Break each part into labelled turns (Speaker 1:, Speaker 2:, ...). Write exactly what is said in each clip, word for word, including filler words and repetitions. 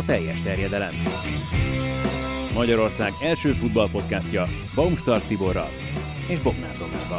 Speaker 1: teljes terjedelem. Magyarország első futballpodcastja Baumstark Tiborral és Bognár Domával.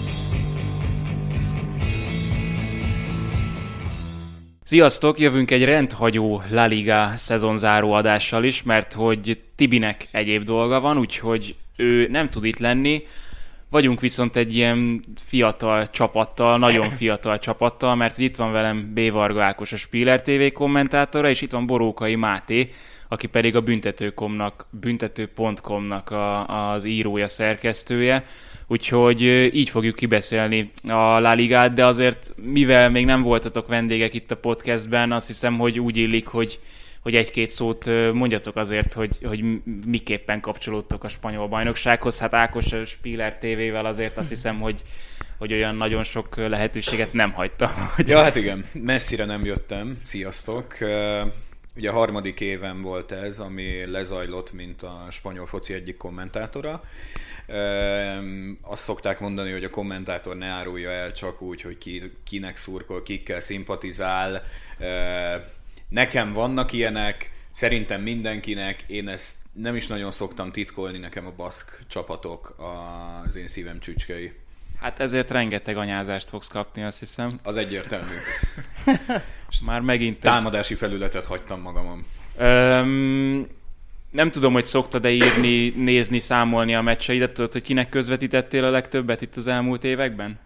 Speaker 2: Sziasztok! Jövünk egy rendhagyó La Liga szezonzáró adással is, mert hogy Tibinek egyéb dolga van, úgyhogy ő nem tud itt lenni. Vagyunk viszont egy ilyen fiatal csapattal, nagyon fiatal csapattal, mert itt van velem B. Varga Ákos, a Spiller té vé kommentátora, és itt van Borókai Máté, aki pedig a büntető.com-nak, büntető pont com-nak a, az írója, szerkesztője. Úgyhogy így fogjuk kibeszélni a La Ligát, de azért, mivel még nem voltatok vendégek itt a podcastben, azt hiszem, hogy úgy illik, hogy, hogy egy-két szót mondjatok azért, hogy, hogy miképpen kapcsolódtok a spanyol bajnoksághoz. Hát Ákos a Spiller té vével azért azt hiszem, hogy, hogy olyan nagyon sok lehetőséget nem hagyta.
Speaker 3: Ja, hát igen, messzire nem jöttem. Sziasztok! Ugye a harmadik évem volt ez, ami lezajlott, mint a spanyol foci egyik kommentátora. Azt szokták mondani, hogy a kommentátor ne árulja el csak úgy, hogy ki, kinek szurkol, kikkel szimpatizál. Nekem vannak ilyenek, szerintem mindenkinek, én ezt nem is nagyon szoktam titkolni, nekem a baszk csapatok az én szívem csücskei.
Speaker 2: Hát ezért rengeteg anyázást fogsz kapni, azt hiszem.
Speaker 3: Az egyértelmű.
Speaker 2: Már megint
Speaker 3: támadási egy... felületet hagytam magamon.
Speaker 2: Öm, nem tudom, hogy szoktad-e írni, nézni, számolni a meccseidet. Tudod, hogy kinek közvetítettél a legtöbbet itt az elmúlt években?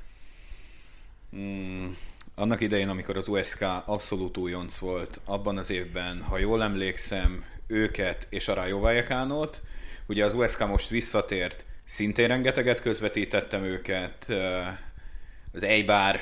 Speaker 3: Hmm, annak idején, amikor az u es ká abszolút újonc volt, abban az évben, ha jól emlékszem, őket és a Rayo Vallecánót. Ugye az u es ká most visszatért, szintén rengeteget közvetítettem őket, az Eibar,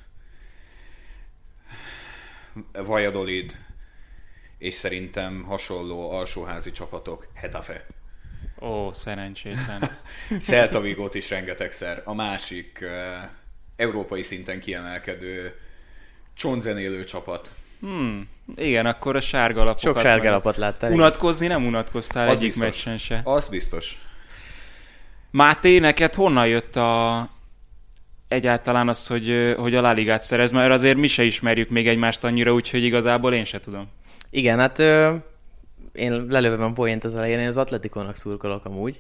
Speaker 3: Valladolid, és szerintem hasonló alsóházi csapatok, Getafe.
Speaker 2: Ó, szerencsétlen.
Speaker 3: Celta Vigót is rengetegszer. A másik uh, európai szinten kiemelkedő csontzenélő csapat.
Speaker 2: Hmm, igen, akkor a sárga lapokat.
Speaker 4: Sok sárga lapot láttál.
Speaker 2: Unatkozni nem unatkoztál
Speaker 3: az
Speaker 2: egyik
Speaker 3: biztos.
Speaker 2: meccsen se.
Speaker 3: Az biztos.
Speaker 2: Máté, neked honnan jött a... egyáltalán az, hogy, hogy a La Ligát szerez? Mert azért mi se ismerjük még egymást annyira, úgyhogy igazából én se tudom.
Speaker 4: Igen, hát ö, én lelövöm a poént az elején, én az Atleticónak szurkolok amúgy,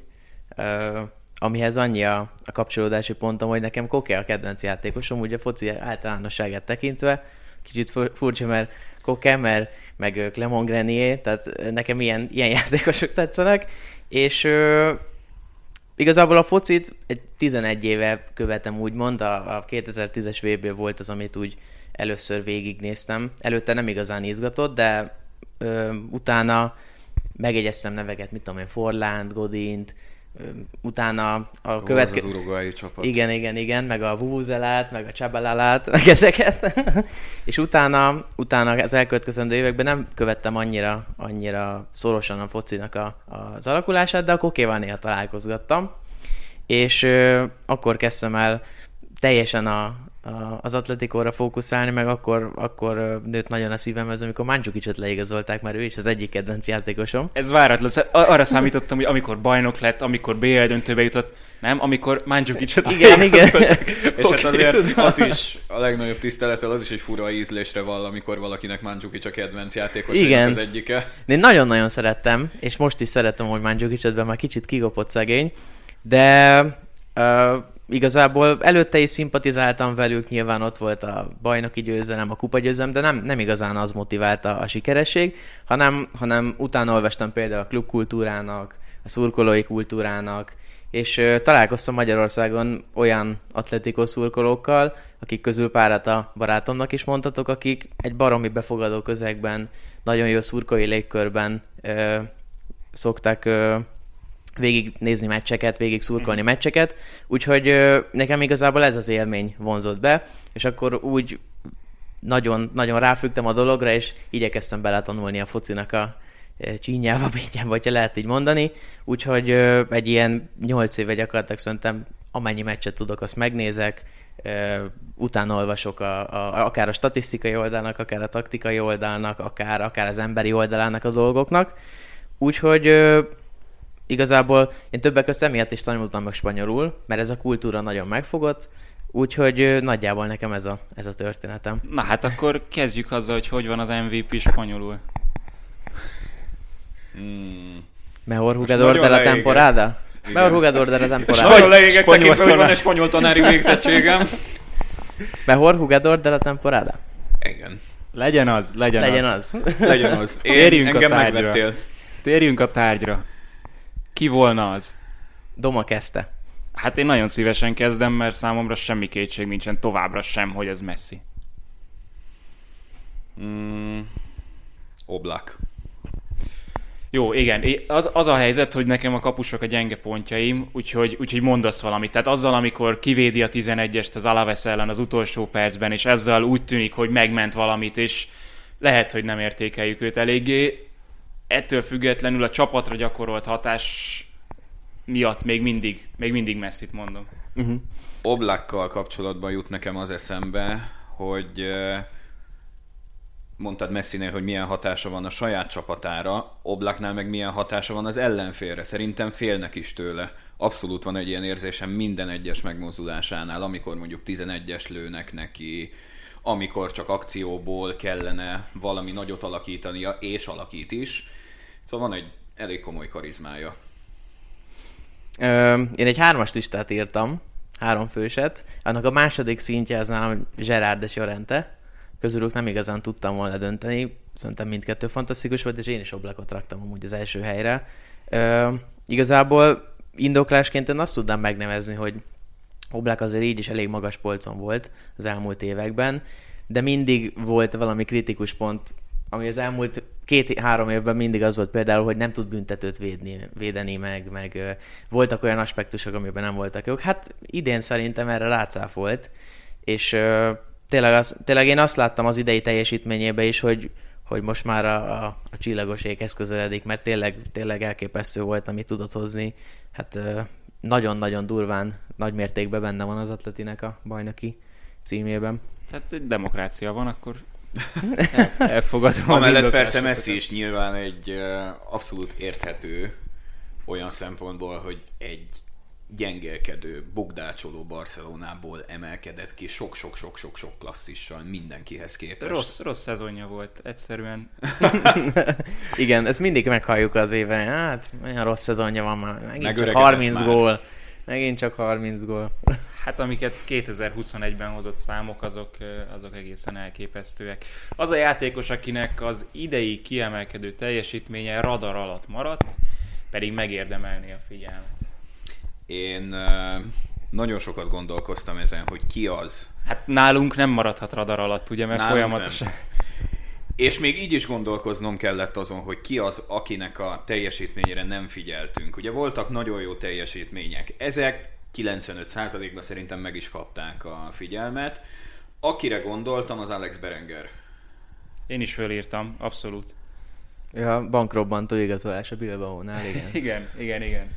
Speaker 4: ö, amihez annyi a, a kapcsolódási pontom, hogy nekem Koke a kedvenc játékosom, ugye a foci általánosságát tekintve, kicsit furcsa, mert Koke, mert meg Clément Grenier, tehát nekem ilyen, ilyen játékosok tetszenek, és ö, igazából a focit egy tizenegy éve követem úgymond, a, a kétezer-tízes vé bé volt az, amit úgy először végignéztem. Előtte nem igazán izgatott, de ö, utána megjegyeztem neveket, mit tudom én, Forlánt, Godint, ö, utána a következő...
Speaker 3: az uruguayi csapat.
Speaker 4: Igen, igen, igen, meg a Vuvuzelát, meg a Csabalálát, meg ezeket. És utána, utána az elkövetkezendő években nem követtem annyira, annyira szorosan a focinak a, az alakulását, de a Kokéval néha találkozgattam. És ö, akkor kezdtem el teljesen a az Atleticóra fókuszálni, meg akkor, akkor nőtt nagyon a szívemhez, amikor Mandzukićot leigazolták, mert ő is az egyik kedvenc játékosom.
Speaker 2: Ez váratlan. Arra számítottam, hogy amikor bajnok lett, amikor bé el döntőbe jutott, nem? Amikor Mandzukićot
Speaker 4: igen, igen.
Speaker 3: És okay, hát azért tudom. Az is a legnagyobb tisztelettel, az is egy fura ízlésre val, amikor valakinek Mandzukić a kedvenc játékosának az egyike.
Speaker 4: Én nagyon-nagyon szerettem, és most is szeretem, hogy Mandzukićot már kicsit kigopott szegény, de... Uh, Igazából előtte is szimpatizáltam velük, nyilván ott volt a bajnoki győzelem, a kupagyőzelem, de nem, nem igazán az motiválta a sikeresség, hanem, hanem utána olvastam például a klubkultúrának, a szurkolói kultúrának, és uh, találkoztam Magyarországon olyan Atletico szurkolókkal, akik közül párat a barátomnak is mondhatok, akik egy baromi befogadó közegben, nagyon jó szurkolói légkörben uh, szokták... Uh, végig nézni meccseket, végig szurkolni meccseket, úgyhogy ö, nekem igazából ez az élmény vonzott be, és akkor úgy nagyon, nagyon ráfügtem a dologra, és igyekeztem beletanulni a focinak a e, csínyába, bényába, hogyha lehet így mondani, úgyhogy ö, egy ilyen nyolc éve gyakorlatilag szerintem amennyi meccset tudok, azt megnézek, ö, utána olvasok a, a, akár a statisztikai oldalnak, akár a taktikai oldalnak, akár, akár az emberi oldalának a dolgoknak, úgyhogy ö, igazából én többek között emiatt is tanultam meg spanyolul, mert ez a kultúra nagyon megfogott, úgyhogy nagyjából nekem ez a, ez a történetem.
Speaker 2: Na hát akkor kezdjük azzal, hogy hogy van az em vé pé spanyolul.
Speaker 3: Mm.
Speaker 4: Mejor jugador de la temporada? Mejor jugador de la temporada.
Speaker 3: Nagyon leégek tekintve, hogy van egy spanyol tanári végzettségem.
Speaker 4: Mejor jugador de la temporada?
Speaker 3: Igen.
Speaker 2: Legyen az, legyen,
Speaker 4: legyen
Speaker 2: az.
Speaker 4: az.
Speaker 3: Legyen az. Én,
Speaker 2: Térjünk
Speaker 3: engem
Speaker 2: a tárgyra.
Speaker 3: megvettél.
Speaker 2: Térjünk a tárgyra. Ki volna az?
Speaker 4: Doma kezdte.
Speaker 2: Hát én nagyon szívesen kezdem, mert számomra semmi kétség nincsen továbbra sem, hogy ez Messi.
Speaker 3: Mm. Oblak.
Speaker 2: Jó, igen. Az, az a helyzet, hogy nekem a kapusok a gyenge pontjaim, úgyhogy, úgyhogy mondasz valamit. Tehát azzal, amikor kivédi a tizenegyest az Alaves ellen az utolsó percben, és ezzel úgy tűnik, hogy megment valamit, és lehet, hogy nem értékeljük őt eléggé. Ettől függetlenül a csapatra gyakorolt hatás miatt még mindig, még mindig Messit mondom.
Speaker 4: Uh-huh.
Speaker 3: Oblakkal kapcsolatban jut nekem az eszembe, hogy mondtad Messinél, hogy milyen hatása van a saját csapatára, Oblaknál meg milyen hatása van az ellenfélre. Szerintem félnek is tőle. Abszolút van egy ilyen érzésem minden egyes megmozdulásánál, amikor mondjuk tizenegyes lőnek neki, amikor csak akcióból kellene valami nagyot alakítania, és alakít is. Szóval van egy elég komoly karizmája.
Speaker 4: Ö, én egy hármas listát írtam, három főset. Annak a második szintje az nálam Gerard és Llorente. Közülük nem igazán tudtam volna dönteni. Szerintem mindkettő fantasztikus volt, és én is Oblakot raktam amúgy az első helyre. Ö, igazából indoklásként én azt tudnám megnevezni, hogy Oblak azért így is elég magas polcon volt az elmúlt években, de mindig volt valami kritikus pont, ami az elmúlt két-három évben mindig az volt például, hogy nem tud büntetőt védni, védeni meg, meg ö, voltak olyan aspektusok, amiben nem voltak jók. Hát idén szerintem erre rácáfolt, és ö, tényleg, az, tényleg én azt láttam az idei teljesítményében is, hogy, hogy most már a, a, a csillagoséghez közeledik, mert tényleg, tényleg elképesztő volt, amit tudott hozni. Hát ö, nagyon-nagyon durván, nagy mértékben benne van az Atletinek a bajnoki címében.
Speaker 2: Tehát egy demokrácia van, akkor el, elfogadom az
Speaker 3: Amellett persze
Speaker 2: indoklásokat.
Speaker 3: Messi is nyilván egy uh, abszolút érthető olyan szempontból, hogy egy gyengélkedő, bugdácsoló Barcelonából emelkedett ki sok-sok-sok-sok-sok klasszissal mindenkihez képest.
Speaker 2: Rossz, rossz szezonja volt, egyszerűen.
Speaker 4: Igen, ezt mindig meghalljuk az éven. Hát, olyan rossz szezonja van már. Megint csak
Speaker 3: Megöregedett
Speaker 4: harminc
Speaker 3: már.
Speaker 4: gól. Megint csak harminc gól.
Speaker 2: Hát amiket kétezer-huszonegyben hozott számok, azok, azok egészen elképesztőek. Az a játékos, akinek az idei kiemelkedő teljesítménye radar alatt maradt, pedig megérdemelné a figyelmet.
Speaker 3: Én uh, nagyon sokat gondolkoztam ezen, hogy ki az.
Speaker 2: Hát nálunk nem maradhat radar alatt, ugye, mert
Speaker 3: Nálunk
Speaker 2: folyamatosan...
Speaker 3: nem. És még így is gondolkoznom kellett azon, hogy ki az, akinek a teljesítményére nem figyeltünk. Ugye voltak nagyon jó teljesítmények. Ezek kilencvenöt százalékban szerintem meg is kapták a figyelmet. Akire gondoltam, az Alex Berenguer.
Speaker 2: Én is fölírtam, abszolút.
Speaker 4: Ja, bankrobbantó igazolás a Bilbaónál, igen.
Speaker 2: Igen, igen, igen.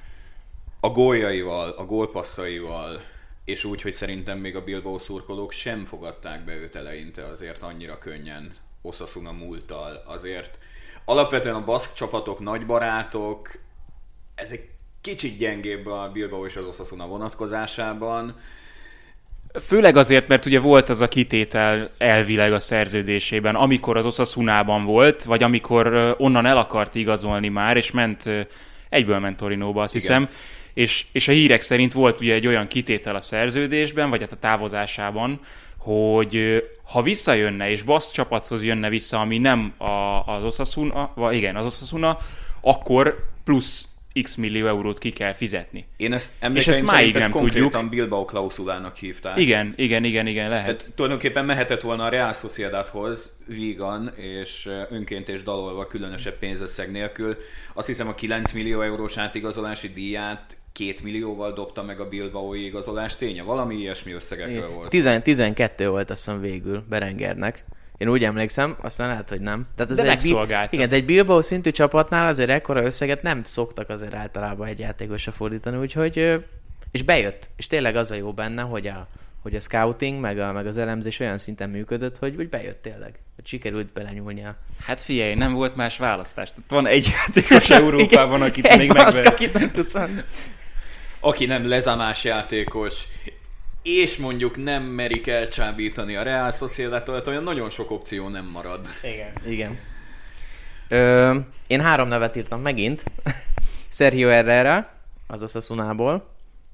Speaker 3: A góljaival, a gólpasszaival, és úgy, hogy szerintem még a Bilbao szurkolók sem fogadták be őt eleinte azért annyira könnyen Osasuna múlttal. Azért alapvetően a baszk csapatok nagy barátok, ez egy kicsit gyengébb a Bilbao és az Osasuna vonatkozásában.
Speaker 2: Főleg azért, mert ugye volt az a kitétel elvileg a szerződésében, amikor az Osasunában volt, vagy amikor onnan el akart igazolni már, és ment, egyből ment Torinóba, azt hiszem,
Speaker 3: Igen.
Speaker 2: és, és a hírek szerint volt ugye egy olyan kitétel a szerződésben, vagy hát a távozásában, hogy ha visszajönne, és baszk csapathoz jönne vissza, ami nem a, az Osasuna, vagy igen, az Osasuna, akkor plusz x millió eurót ki kell fizetni.
Speaker 3: Én ezt
Speaker 2: És ezt máig nem
Speaker 3: konkrétan
Speaker 2: tudjuk.
Speaker 3: Bilbao klauzulának hívták.
Speaker 2: Igen, igen, igen, igen, lehet.
Speaker 3: Tehát tulajdonképpen mehetett volna a Real Sociedadhoz vígan, és önként és dalolva különösebb pénzösszeg nélkül. Azt hiszem a kilenc millió eurós átigazolási díját két millióval dobta meg a Bilbaói igazolás ténye. Valami ilyesmi összegekről volt.
Speaker 4: Tizen, tizenkettő volt azt hiszem végül Berengernek. Én úgy emlékszem, aztán lehet, hogy nem. Tehát
Speaker 2: De
Speaker 4: egy
Speaker 2: megszolgálta.
Speaker 4: Igen, de egy Bilbao szintű csapatnál azért ekkora összeget nem szoktak azért általában egy játékosra fordítani, úgyhogy ö, és bejött. És tényleg az a jó benne, hogy a, hogy a scouting, meg, a, meg az elemzés olyan szinten működött, hogy, hogy bejött tényleg. Hogy sikerült belenyúlnia.
Speaker 2: Hát figyelj, nem volt más választás. Tehát van egy játékos Európában, akit
Speaker 4: egy
Speaker 2: még
Speaker 4: baszk,
Speaker 2: megver.
Speaker 4: akit nem tudsz venni.
Speaker 3: Aki nem lezamás játékos, és mondjuk nem merik elcsábítani a Real Sociedadtól, olyan nagyon sok opció nem marad.
Speaker 2: Igen.
Speaker 4: Igen. Ö, én három nevet írtam megint. Sergio Herrera, az Osasunából,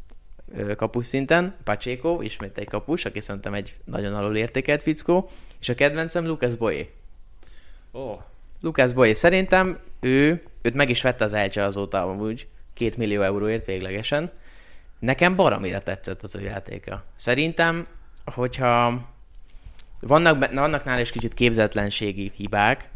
Speaker 4: kapus szinten, Pacheco, ismét egy kapus, aki szerintem egy nagyon alul értékelt fickó, és a kedvencem Lucas Boyé.
Speaker 2: Oh.
Speaker 4: Lucas Boyé, szerintem ő, őt meg is vette az Elche azóta amúgy, két millió euróért véglegesen. Nekem baromira tetszett az ő játéka. Szerintem, hogyha vannak, vannak nála is kicsit képzetlenségi hibák,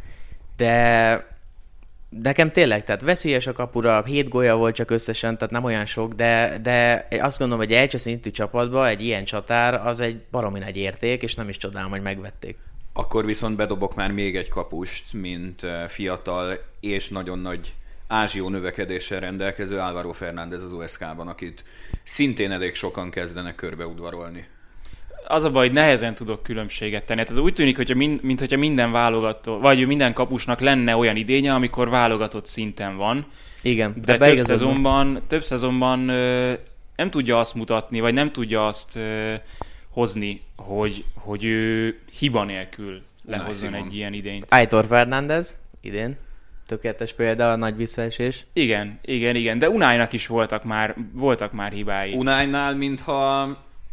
Speaker 4: de nekem tényleg, tehát veszélyes a kapura, hét gólya volt csak összesen, tehát nem olyan sok, de, de azt gondolom, hogy egy Elche szintű csapatban egy ilyen csatár az egy baromi nagy érték, és nem is csodálom, hogy megvették.
Speaker 3: Akkor viszont bedobok már még egy kapust, mint fiatal és nagyon nagy ázsió növekedéssel rendelkező Álvaro Fernández az u es ká-ban, akit szintén elég sokan kezdenek körbeudvarolni.
Speaker 2: Az a baj, hogy nehezen tudok különbséget tenni. Tehát úgy tűnik, hogyha mind, mint hogyha minden válogató, vagy minden kapusnak lenne olyan idénye, amikor válogatott szinten van.
Speaker 4: Igen.
Speaker 2: De több szezonban, több szezonban ö, nem tudja azt mutatni, vagy nem tudja azt ö, hozni, hogy, hogy ő hiba nélkül lehozzon egy ilyen idényt.
Speaker 4: Aitor Fernández idén. Tökéletes példa, a nagy visszaesés.
Speaker 2: Igen, igen, igen. De Unainak is voltak már, voltak már hibái.
Speaker 3: Unainál, mintha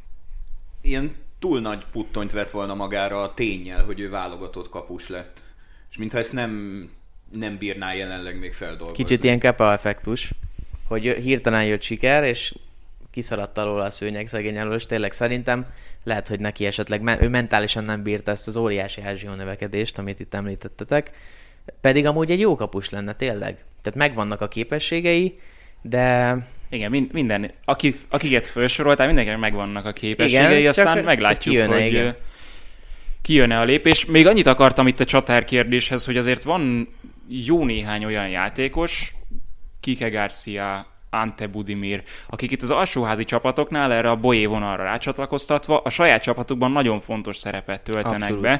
Speaker 3: ilyen túl nagy puttonyt vett volna magára a ténnyel, hogy ő válogatott kapus lett. És mintha ezt nem, nem bírná jelenleg még feldolgozni.
Speaker 4: Kicsit ilyen Kepa effektus, hogy hirtelen jött siker, és kiszaradt alól a szőnyeg szegény alól, és tényleg szerintem lehet, hogy neki esetleg, ő mentálisan nem bírta ezt az óriási ázsió növekedést, amit itt említettetek. Pedig amúgy egy jó kapus lenne, tényleg. Tehát megvannak a képességei, de...
Speaker 2: Igen, minden, aki, akiket felsoroltál, mindenkinek megvannak a képességei,
Speaker 4: igen,
Speaker 2: aztán meglátjuk,
Speaker 4: kijönne,
Speaker 2: hogy
Speaker 4: igen.
Speaker 2: kijönne a lépés. Még annyit akartam itt a csatár kérdéshez, hogy azért van jó néhány olyan játékos, Kike Garcia, Ante Budimir, akik itt az alsóházi csapatoknál erre a Boyé vonalra rácsatlakoztatva a saját csapatukban nagyon fontos szerepet töltenek Abszolút. be.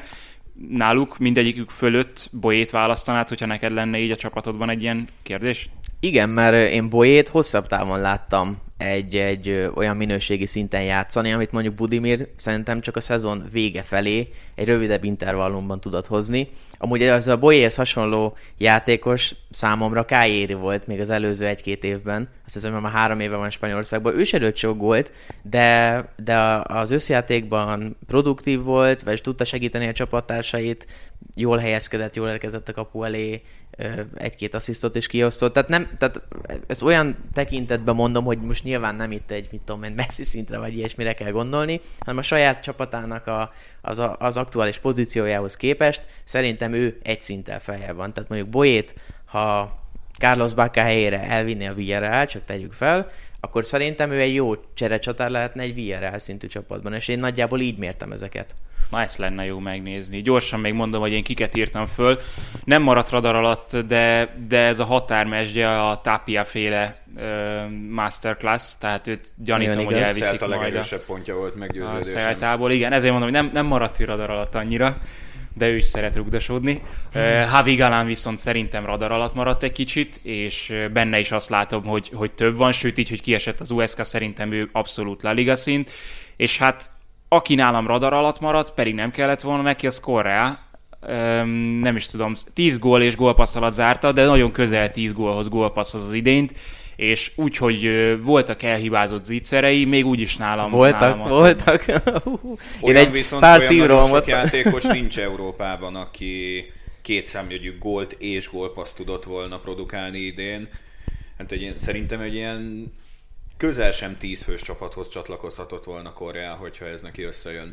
Speaker 2: Náluk mindegyikük fölött Boyét választanád, hogyha neked lenne így a csapatodban egy ilyen kérdés?
Speaker 4: Igen, mert én Boyét hosszabb távon láttam egy, egy olyan minőségi szinten játszani, amit mondjuk Budimir szerintem csak a szezon vége felé egy rövidebb intervallumban tudott hozni. Amúgy az a Boyéhez hasonló játékos számomra Kájéri volt még az előző egy-két évben. Azt hiszem, hogy már három éve van Spanyolországban. Ő se lőtt sok gólt, de, de az összjátékban produktív volt, vagy tudta segíteni a csapattársait, jól helyezkedett, jól érkezett a kapu elé, egy-két asszisztot is kiosztott. Tehát, nem, tehát ezt olyan tekintetben mondom, hogy most nyilván nem itt egy, mit tudom én, Messi szintre vagy ilyesmire kell gondolni, hanem a saját csapatának a, az, a, az aktuális pozíciójához képest szerintem ő egy szinttel feljebb van. Tehát mondjuk Boyét, ha Carlos Bacca helyére elvinni a Villarreal, csak tegyük fel, akkor szerintem ő egy jó cserecsatár lehetne egy Villarreal szintű csapatban, és én nagyjából így mértem ezeket.
Speaker 2: Ma ezt lenne jó megnézni. Gyorsan még mondom, hogy én kiket írtam föl. Nem maradt radar alatt, de, de ez a határmesdje, a Tapia féle uh, masterclass, tehát őt gyanítom, hogy elviszik
Speaker 3: a
Speaker 2: majd a
Speaker 3: legerősebb pontja volt meggyőződésem.
Speaker 2: A Celtából. Igen, ezért mondom, hogy nem, nem maradt radar alatt annyira, de ő is szeret rugdosódni. Uh, Javi Galán viszont szerintem radar alatt maradt egy kicsit, és benne is azt látom, hogy, hogy több van, sőt így, hogy kiesett az u es ká, szerintem ő abszolút La Liga szint, és hát aki nálam radar alatt maradt, pedig nem kellett volna neki, az Correa. Öm, nem is tudom, tíz gól és gólpassz alatt zárta, de nagyon közel tíz gólhoz, gólpasszhoz az idényt, és úgy, hogy voltak elhibázott zicserei, még úgy is nálam
Speaker 4: Voltak,
Speaker 2: nálam
Speaker 4: voltak.
Speaker 3: Olyan én viszont olyan nagyon sok játékos nincs Európában, aki két számjegyű gólt és gólpaszt tudott volna produkálni idén. Hát egy, szerintem egy ilyen közel sem tíz fős csapathoz csatlakozhatott volna Correa, hogyha ez neki összejön.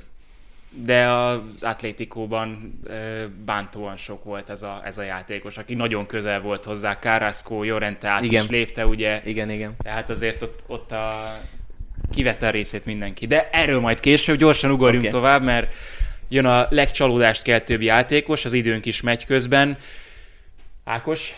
Speaker 2: De az Atlétikóban bántóan sok volt ez a, ez a játékos, aki nagyon közel volt hozzá. Carrasco, Llorente át igen. is lépte, ugye?
Speaker 4: Igen, igen.
Speaker 2: Tehát azért ott, ott a kivette a részét mindenki. De erről majd később, gyorsan ugorjunk okay. tovább, mert jön a legcsalódást keltőbb játékos, az időnk is megy közben. Ákos?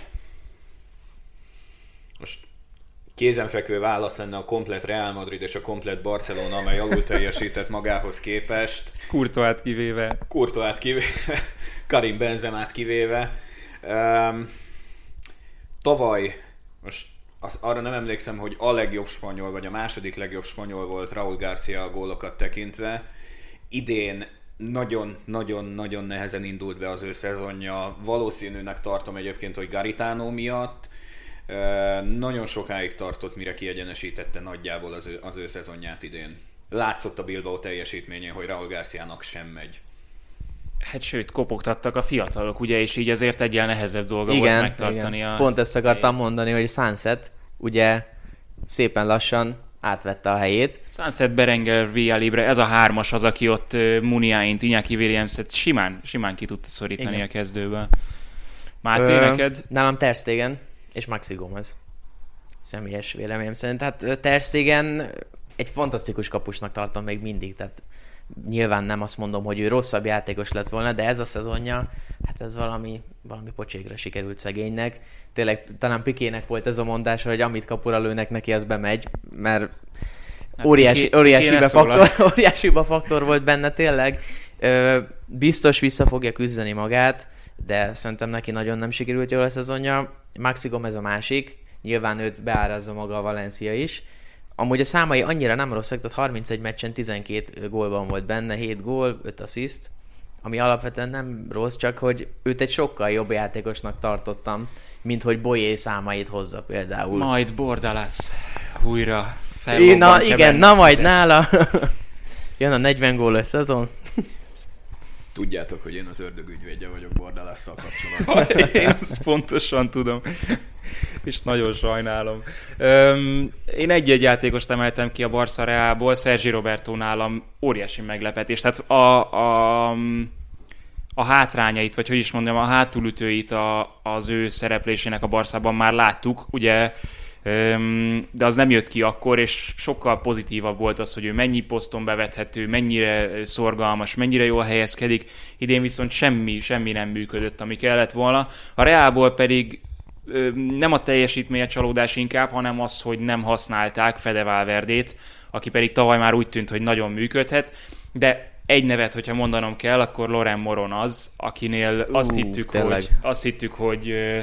Speaker 3: Most kézenfekvő válasz lenne a komplet Real Madrid és a komplet Barcelona, amely alul teljesített magához képest.
Speaker 2: Courtois-t kivéve.
Speaker 3: Courtois-t kivéve, Karim Benzemát kivéve. Um, tavaly, most az, arra nem emlékszem, hogy a legjobb spanyol, vagy a második legjobb spanyol volt Raúl García a gólokat tekintve. Idén nagyon-nagyon-nagyon nehezen indult be az ő szezonja. Valószínűnek tartom egyébként, hogy Garitano miatt. Nagyon sokáig tartott, mire kiegyenesítette nagyjából az ő, az ő szezonját idén. Látszott a Bilbao teljesítményén, hogy Raúl Garciának sem megy.
Speaker 2: Hát sőt, kopogtattak a fiatalok, ugye, és így azért egyel nehezebb dolga
Speaker 4: igen,
Speaker 2: volt megtartani
Speaker 4: igen.
Speaker 2: a...
Speaker 4: Pont ezt akartam
Speaker 2: helyét.
Speaker 4: mondani, hogy Sunset ugye szépen lassan átvette a helyét.
Speaker 2: Sunset, Berenguer, Villalibre, ez a hármas az, aki ott uh, Muniaint, Iñaki Williamset simán, simán ki tudta szorítani igen. a kezdőből. Máté,
Speaker 4: Ö,
Speaker 2: neked?
Speaker 4: Nálam Ter Stegen és Maxi Gomez. Személyes véleményem szerint. Hát Ter Stegen egy fantasztikus kapusnak tartom még mindig, tehát nyilván nem azt mondom, hogy ő rosszabb játékos lett volna, de ez a szezonja, hát ez valami, valami pocsékra sikerült szegénynek. Tényleg talán Piquének volt ez a mondás, hogy amit kapura lőnek neki, az bemegy, mert óriási,
Speaker 2: Piqué,
Speaker 4: óriási,
Speaker 2: Piqué
Speaker 4: faktor, óriási faktor volt benne tényleg. Ö, biztos vissza fogja küzdeni magát, de szerintem neki nagyon nem sikerült jól a szezonja. Maxi Gomez a másik, nyilván őt beárazza maga a Valencia is. Amúgy a számai annyira nem rosszak, tehát harmincegy meccsen tizenkét gólban volt benne, hét gól, öt assziszt, ami alapvetően nem rossz, csak hogy őt egy sokkal jobb játékosnak tartottam, mint hogy Boyé számait hozza például.
Speaker 2: Majd Bordalas újra
Speaker 4: felrobbant. Na igen, na majd nála jön a negyven gólos szezon.
Speaker 3: Tudjátok, hogy én az ördög ügyvédje vagyok Bordalasszal kapcsolatban.
Speaker 2: Én azt pontosan tudom. És nagyon sajnálom. Öm, én egy-egy játékost emeltem ki a Barca Realból, Sergi Roberto nálam óriási meglepetés. Tehát a, a, a hátrányait, vagy hogy is mondjam, a hátulütőit a, az ő szereplésének a Barcában már láttuk, ugye, öm, de az nem jött ki akkor, és sokkal pozitívabb volt az, hogy ő mennyi poszton bevethető, mennyire szorgalmas, mennyire jól helyezkedik. Idén viszont semmi, semmi nem működött, ami kellett volna. A Realból pedig nem a teljesítmény a csalódás inkább, hanem az, hogy nem használták Fede Valverdét, aki pedig tavaly már úgy tűnt, hogy nagyon működhet, de egy nevet, hogyha mondanom kell, akkor Loren Moron az, akinél azt uh, hittük, hogy, azt hittük, hogy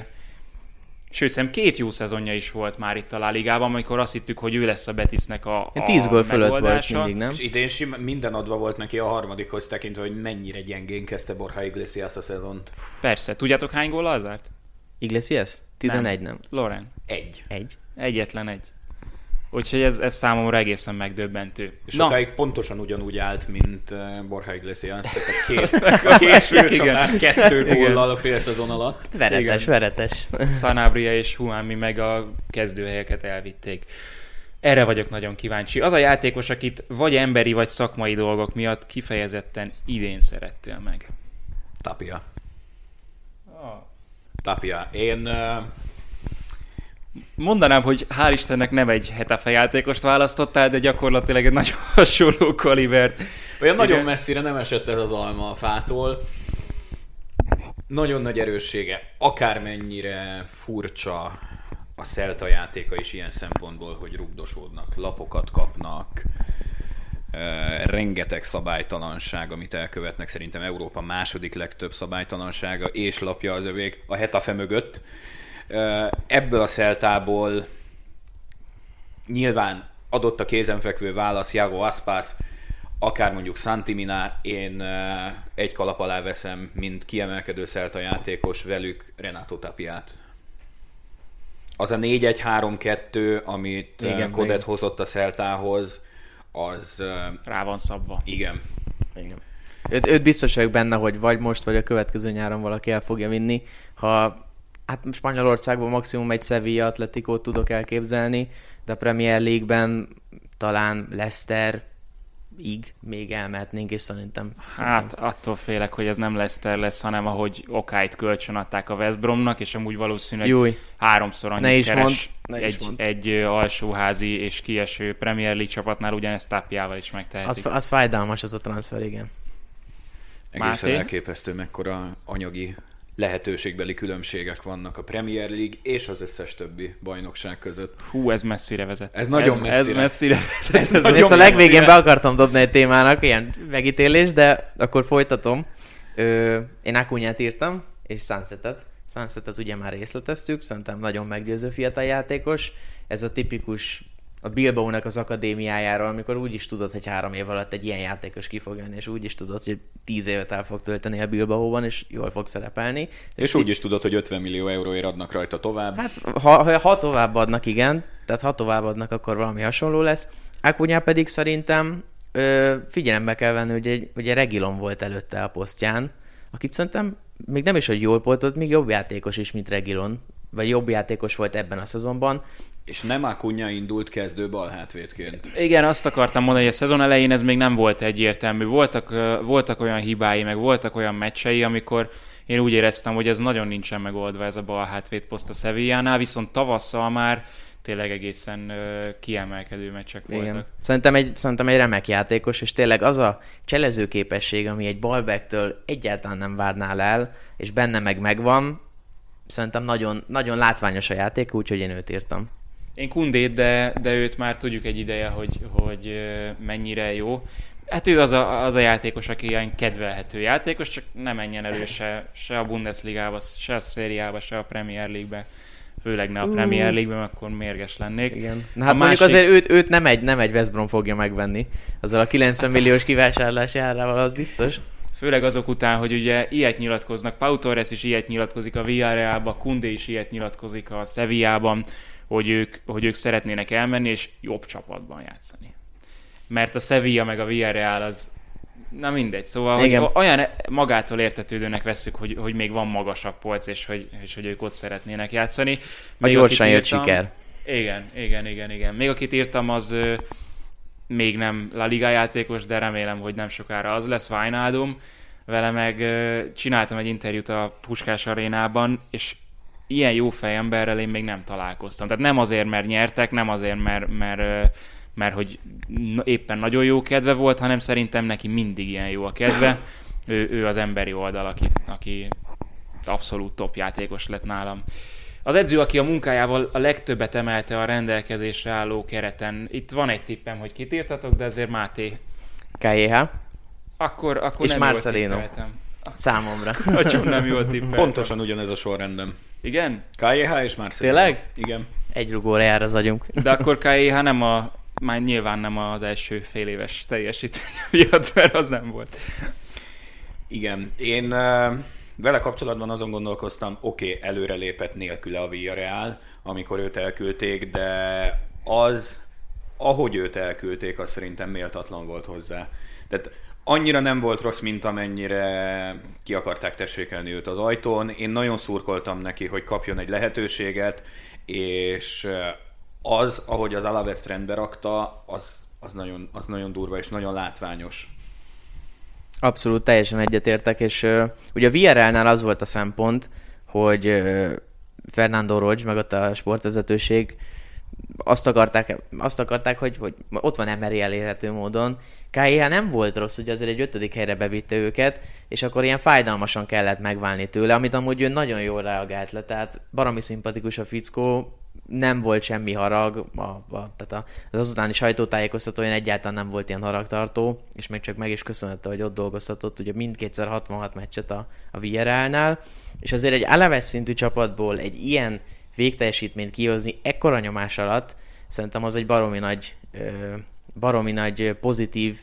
Speaker 2: sőt, szerintem két jó szezonja is volt már itt a La Ligában, amikor azt hittük, hogy ő lesz a Betisnek a, a
Speaker 4: tíz gól fölött volt mindig, nem?
Speaker 3: És idén sim, minden adva volt neki a harmadikhoz tekintve, hogy mennyire gyengén kezdte Borja Iglesias a szezont.
Speaker 2: Persze. Tudjátok, hány góllal zárt?
Speaker 4: Iglesias? tizenegy, nem? nem?
Speaker 2: Loren.
Speaker 3: Egy.
Speaker 4: Egy?
Speaker 2: Egyetlen egy. Úgyhogy ez, ez számomra egészen megdöbbentő.
Speaker 3: És sokáig pontosan ugyanúgy állt, mint Borja Iglesias, tehát a két, a két főcsatár kettő góllal a fél szezon alatt.
Speaker 4: Veretes, igen. veretes.
Speaker 2: Sanabria és Huami meg a kezdőhelyeket elvitték. Erre vagyok nagyon kíváncsi. Az a játékos, akit vagy emberi, vagy szakmai dolgok miatt kifejezetten idén szerettél meg.
Speaker 3: Tapia.
Speaker 2: Oh.
Speaker 3: Tapia. Én... Uh...
Speaker 2: Mondanám, hogy hál' Istennek nem egy Getafe játékost választottál, de gyakorlatilag egy nagyon hasonló kalibert.
Speaker 3: Olyan igen. Nagyon messzire nem esett ez az alma a fától. Nagyon nagy erőssége. Akármennyire furcsa a Celta játéka is ilyen szempontból, hogy rugdosódnak, lapokat kapnak, Uh, rengeteg szabálytalanság, amit elkövetnek, szerintem Európa második legtöbb szabálytalansága, és lapja az övék a Getafe mögött. Uh, ebből a Celtából nyilván adott a kézenfekvő válasz Iago Aspas, akár mondjuk Santimina, én uh, egy kalap alá veszem, mint kiemelkedő Celta játékos velük Renato Tapiát. Az a négy egy három kettő, amit igen, Kodet igen. hozott a Celtához, az...
Speaker 2: Rá van szabva.
Speaker 3: Igen.
Speaker 4: igen. Őt, őt biztos vagyok benne, hogy vagy most, vagy a következő nyáron valaki el fogja vinni. Ha hát Spanyolországban maximum egy Sevilla Atleticót tudok elképzelni, de a Premier League-ben talán Leicester ig még elmehetnénk, és szerintem...
Speaker 2: Hát
Speaker 4: szerintem...
Speaker 2: attól félek, hogy ez nem Leicester lesz, hanem ahogy Okáit kölcsön adták a West Bromnak, és amúgy valószínűleg Júj. háromszor annyit keres egy, egy alsóházi és kieső Premier League csapatnál, ugyanezt Tapiával is megtehetik.
Speaker 4: Az, az fájdalmas az a transfer, igen.
Speaker 3: Egészen Máté? Elképesztő, mekkora anyagi lehetőségbeli különbségek vannak a Premier League és az összes többi bajnokság között.
Speaker 2: Hú, ez messzire vezet.
Speaker 3: Ez nagyon
Speaker 2: ez,
Speaker 3: messzire.
Speaker 2: Ez messzire vezet. Ez,
Speaker 4: ez nagyon a legvégén messzire. Be akartam dobni egy témának, ilyen megítélés, de akkor folytatom. Ö, én Acuñát írtam, és Sunsetet. Sunsetet ugye már részleteztük, szerintem nagyon meggyőző fiatal játékos. Ez a tipikus a Bilbaónak az akadémiájáról, amikor úgy is tudod, hogy három év alatt egy ilyen játékos ki fog jönni, és úgy is tudod, hogy tíz évet el fog tölteni a Bilbaóban, és jól fog szerepelni.
Speaker 3: És t- úgy is tudod, hogy ötven millió euróért adnak rajta tovább.
Speaker 4: Hát ha, ha tovább adnak, igen, tehát ha tovább adnak, akkor valami hasonló lesz. Acuna pedig szerintem ö, figyelembe kell venni, hogy egy, ugye Reguilón volt előtte a posztján, akit szerintem még nem is, hogy jól poltott, még jobb játékos is, mint Reguilón, vagy jobb játékos volt ebben a szezonban.
Speaker 3: És nem Acuna indult kezdő balhátvédként.
Speaker 2: Igen, azt akartam mondani, hogy a szezon elején ez még nem volt egyértelmű. Voltak, voltak olyan hibái, meg voltak olyan meccsei, amikor én úgy éreztem, hogy ez nagyon nincsen megoldva ez a balhátvéd poszt a Sevillánál, viszont tavasszal már tényleg egészen uh, kiemelkedő meccsek voltak.
Speaker 4: Igen. Szerintem egy, szerintem egy remek játékos, és tényleg az a cselező képesség, ami egy ballbacktől egyáltalán nem várnál el, és benne meg megvan, szerintem nagyon, nagyon látványos a játék, úgyhogy én őt írtam.
Speaker 2: Én Kundét, de, de őt már tudjuk egy ideje, hogy, hogy mennyire jó. Hát ő az a, az a játékos, aki ilyen kedvelhető játékos, csak nem menjen elő se, se a Bundesligába, se a szériába, se a Premier League-be. Főleg ne a Premier League-ben, akkor mérges lennék.
Speaker 4: Igen. Na hát a mondjuk másik... azért őt, őt nem, egy, nem egy West Brom fogja megvenni. Azzal a kilencven milliós kivásárlási árával, az biztos.
Speaker 2: Főleg azok után, hogy ugye ilyet nyilatkoznak, Pau Torres is ilyet nyilatkozik a Villarrealban, Koundé is ilyet nyilatkozik a Sevillában, hogy ők, hogy ők szeretnének elmenni és jobb csapatban játszani. Mert a Sevilla meg a Villarreal az, na mindegy, szóval hogy olyan magától értetődőnek vesszük, hogy, hogy még van magasabb polc, és hogy, és hogy ők ott szeretnének játszani.
Speaker 4: Még a gyorsan jött siker.
Speaker 2: Igen, igen, igen, igen. Még akit írtam, az ö, még nem La Liga játékos, de remélem, hogy nem sokára az lesz, Wijnaldum. Vele meg ö, csináltam egy interjút a Puskás Arénában, és ilyen jó fejemberrel én még nem találkoztam. Tehát nem azért, mert nyertek, nem azért, mert, mert, mert, mert hogy éppen nagyon jó kedve volt, hanem szerintem neki mindig ilyen jó a kedve. Ő, ő az emberi oldal, aki, aki abszolút top játékos lett nálam. Az edző, aki a munkájával a legtöbbet emelte a rendelkezésre álló kereten. Itt van egy tippem, hogy kit írtatok, de azért Máté.
Speaker 4: ká jé há.
Speaker 2: Akkor, akkor
Speaker 4: és
Speaker 2: nem
Speaker 4: Marcelino. Számomra.
Speaker 2: Nagyon nem jól tippeltem.
Speaker 3: Pontosan ugyanez a sorrendem.
Speaker 2: Igen?
Speaker 3: ká jé há és Marcelino.
Speaker 4: Tényleg?
Speaker 3: Igen.
Speaker 4: Egy rugóra jár az agyunk.
Speaker 2: De akkor ká jé há nem a, már nyilván nem az első fél éves teljesítmény miatt, mert az nem volt.
Speaker 3: Igen. Én uh, vele kapcsolatban azon gondolkoztam, oké, okay, előrelépett nélküle a Villarreal, amikor őt elküldték, de az, ahogy őt elküldték, az szerintem méltatlan volt hozzá. Tehát annyira nem volt rossz, mint amennyire ki akarták tessékelni őt az ajtón. Én nagyon szurkoltam neki, hogy kapjon egy lehetőséget, és az, ahogy az Alavest rendbe rakta, az, az, nagyon, az nagyon durva és nagyon látványos.
Speaker 4: Abszolút, teljesen egyetértek, és uh, ugye a Villarrealnál az volt a szempont, hogy uh, Fernando Roig, meg ott a sportvezetőség azt akarták, azt akarták hogy, hogy ott van Emery elérhető módon. ká jé há nem volt rossz, ugye azért egy ötödik helyre bevitte őket, és akkor ilyen fájdalmasan kellett megválni tőle, amit amúgy ő nagyon jól reagált le, tehát baromi szimpatikus a fickó, nem volt semmi harag, a, a, tehát az azutáni sajtótájékoztatóján egyáltalán nem volt ilyen haragtartó, és még csak meg is köszönhette, hogy ott dolgoztatott, ugye mindkétszer hatvanhat meccset a, a Villarrealnál, és azért egy Alaves szintű csapatból egy ilyen végteljesítményt kihozni ekkora nyomás alatt, szerintem az egy baromi nagy, baromi nagy pozitív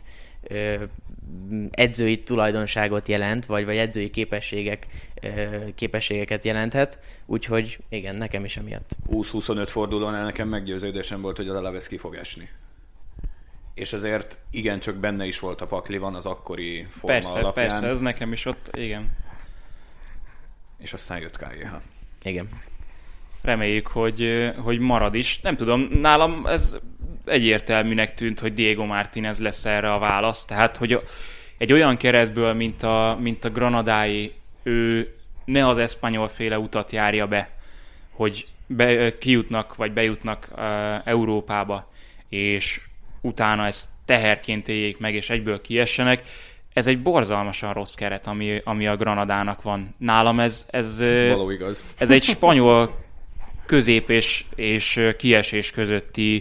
Speaker 4: edzői tulajdonságot jelent, vagy, vagy edzői képességek, képességeket jelenthet, úgyhogy igen, nekem is emiatt.
Speaker 3: húsz-huszonöt fordulónál nekem meggyőződésem volt, hogy az Alaves ki fog esni. És azért igencsak benne is volt a pakliban az akkori forma
Speaker 2: persze,
Speaker 3: alapján.
Speaker 2: Persze, ez nekem is ott, igen.
Speaker 3: És aztán jött ká jé há.
Speaker 4: Igen.
Speaker 2: Reméljük, hogy, hogy marad is. Nem tudom, nálam ez egyértelműnek tűnt, hogy Diego Martínez lesz erre a válasz. Tehát, hogy egy olyan keretből, mint a, mint a Granadái, ő ne az eszpanyol féle utat járja be, hogy be, kijutnak, vagy bejutnak uh, Európába, és utána ezt teherként éljék meg, és egyből kiessenek. Ez egy borzalmasan rossz keret, ami, ami a Granadának van. Nálam ez, ez,
Speaker 3: való igaz.
Speaker 2: Ez egy spanyol közép és, és kiesés közötti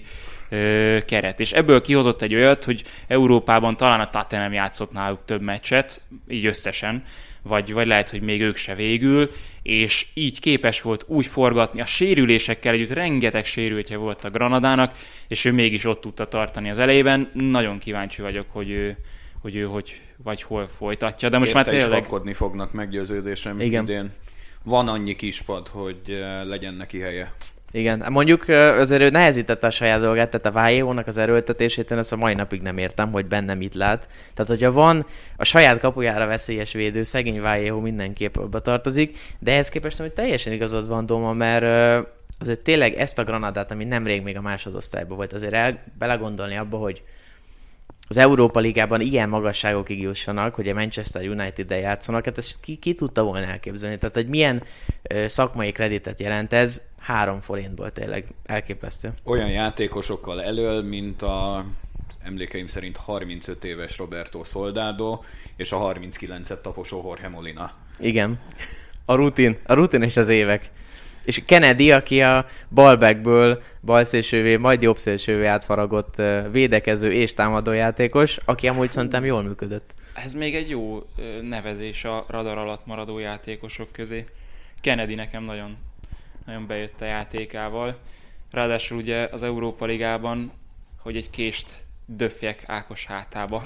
Speaker 2: ö, keret. És ebből kihozott egy olyat, hogy Európában talán a Tottenham játszott náluk több meccset, így összesen, vagy, vagy lehet, hogy még ők se végül, és így képes volt úgy forgatni, a sérülésekkel együtt rengeteg sérültje volt a Granadának, és ő mégis ott tudta tartani az elejében. Nagyon kíváncsi vagyok, hogy ő, hogy, ő hogy vagy hol folytatja, de most
Speaker 3: Érte
Speaker 2: már tényleg...
Speaker 3: is kapkodni fognak meggyőződésem idén. Van annyi kispad, hogy legyen neki helye.
Speaker 4: Igen, mondjuk azért ő nehezítette a saját dolgát, tehát a Vallejónak az erőltetését, én ezt a mai napig nem értem, hogy benne mit lát. Tehát, hogyha van a saját kapujára veszélyes védő, szegény Vallejó mindenképp abba tartozik, de ehhez képest hogy teljesen igazad van, Doma, mert azért tényleg ezt a Granadát, ami nemrég még a másodosztályban volt, azért el, belegondolni abba, hogy az Európa Ligában ilyen magasságokig jussanak, hogy a Manchester United-del játszanak, hát ezt ki, ki tudta volna elképzelni? Tehát, hogy milyen ö, szakmai kreditet jelent ez, három forintból tényleg elképesztő.
Speaker 3: Olyan játékosokkal elől, mint a emlékeim szerint harmincöt éves Roberto Soldado és a harminckilencet taposó Jorge Molina.
Speaker 4: Igen. A rutin. A rutin és az évek. És Kennedy, aki a balbackből balszélsővé, majd jobbszélsővé átfaragott védekező és támadó játékos, aki amúgy szerintem jól működött.
Speaker 2: Ez még egy jó nevezés a radar alatt maradó játékosok közé. Kennedy nekem nagyon, nagyon bejött a játékával. Ráadásul ugye az Európa Ligában, hogy egy kést döfjek Ákos hátába.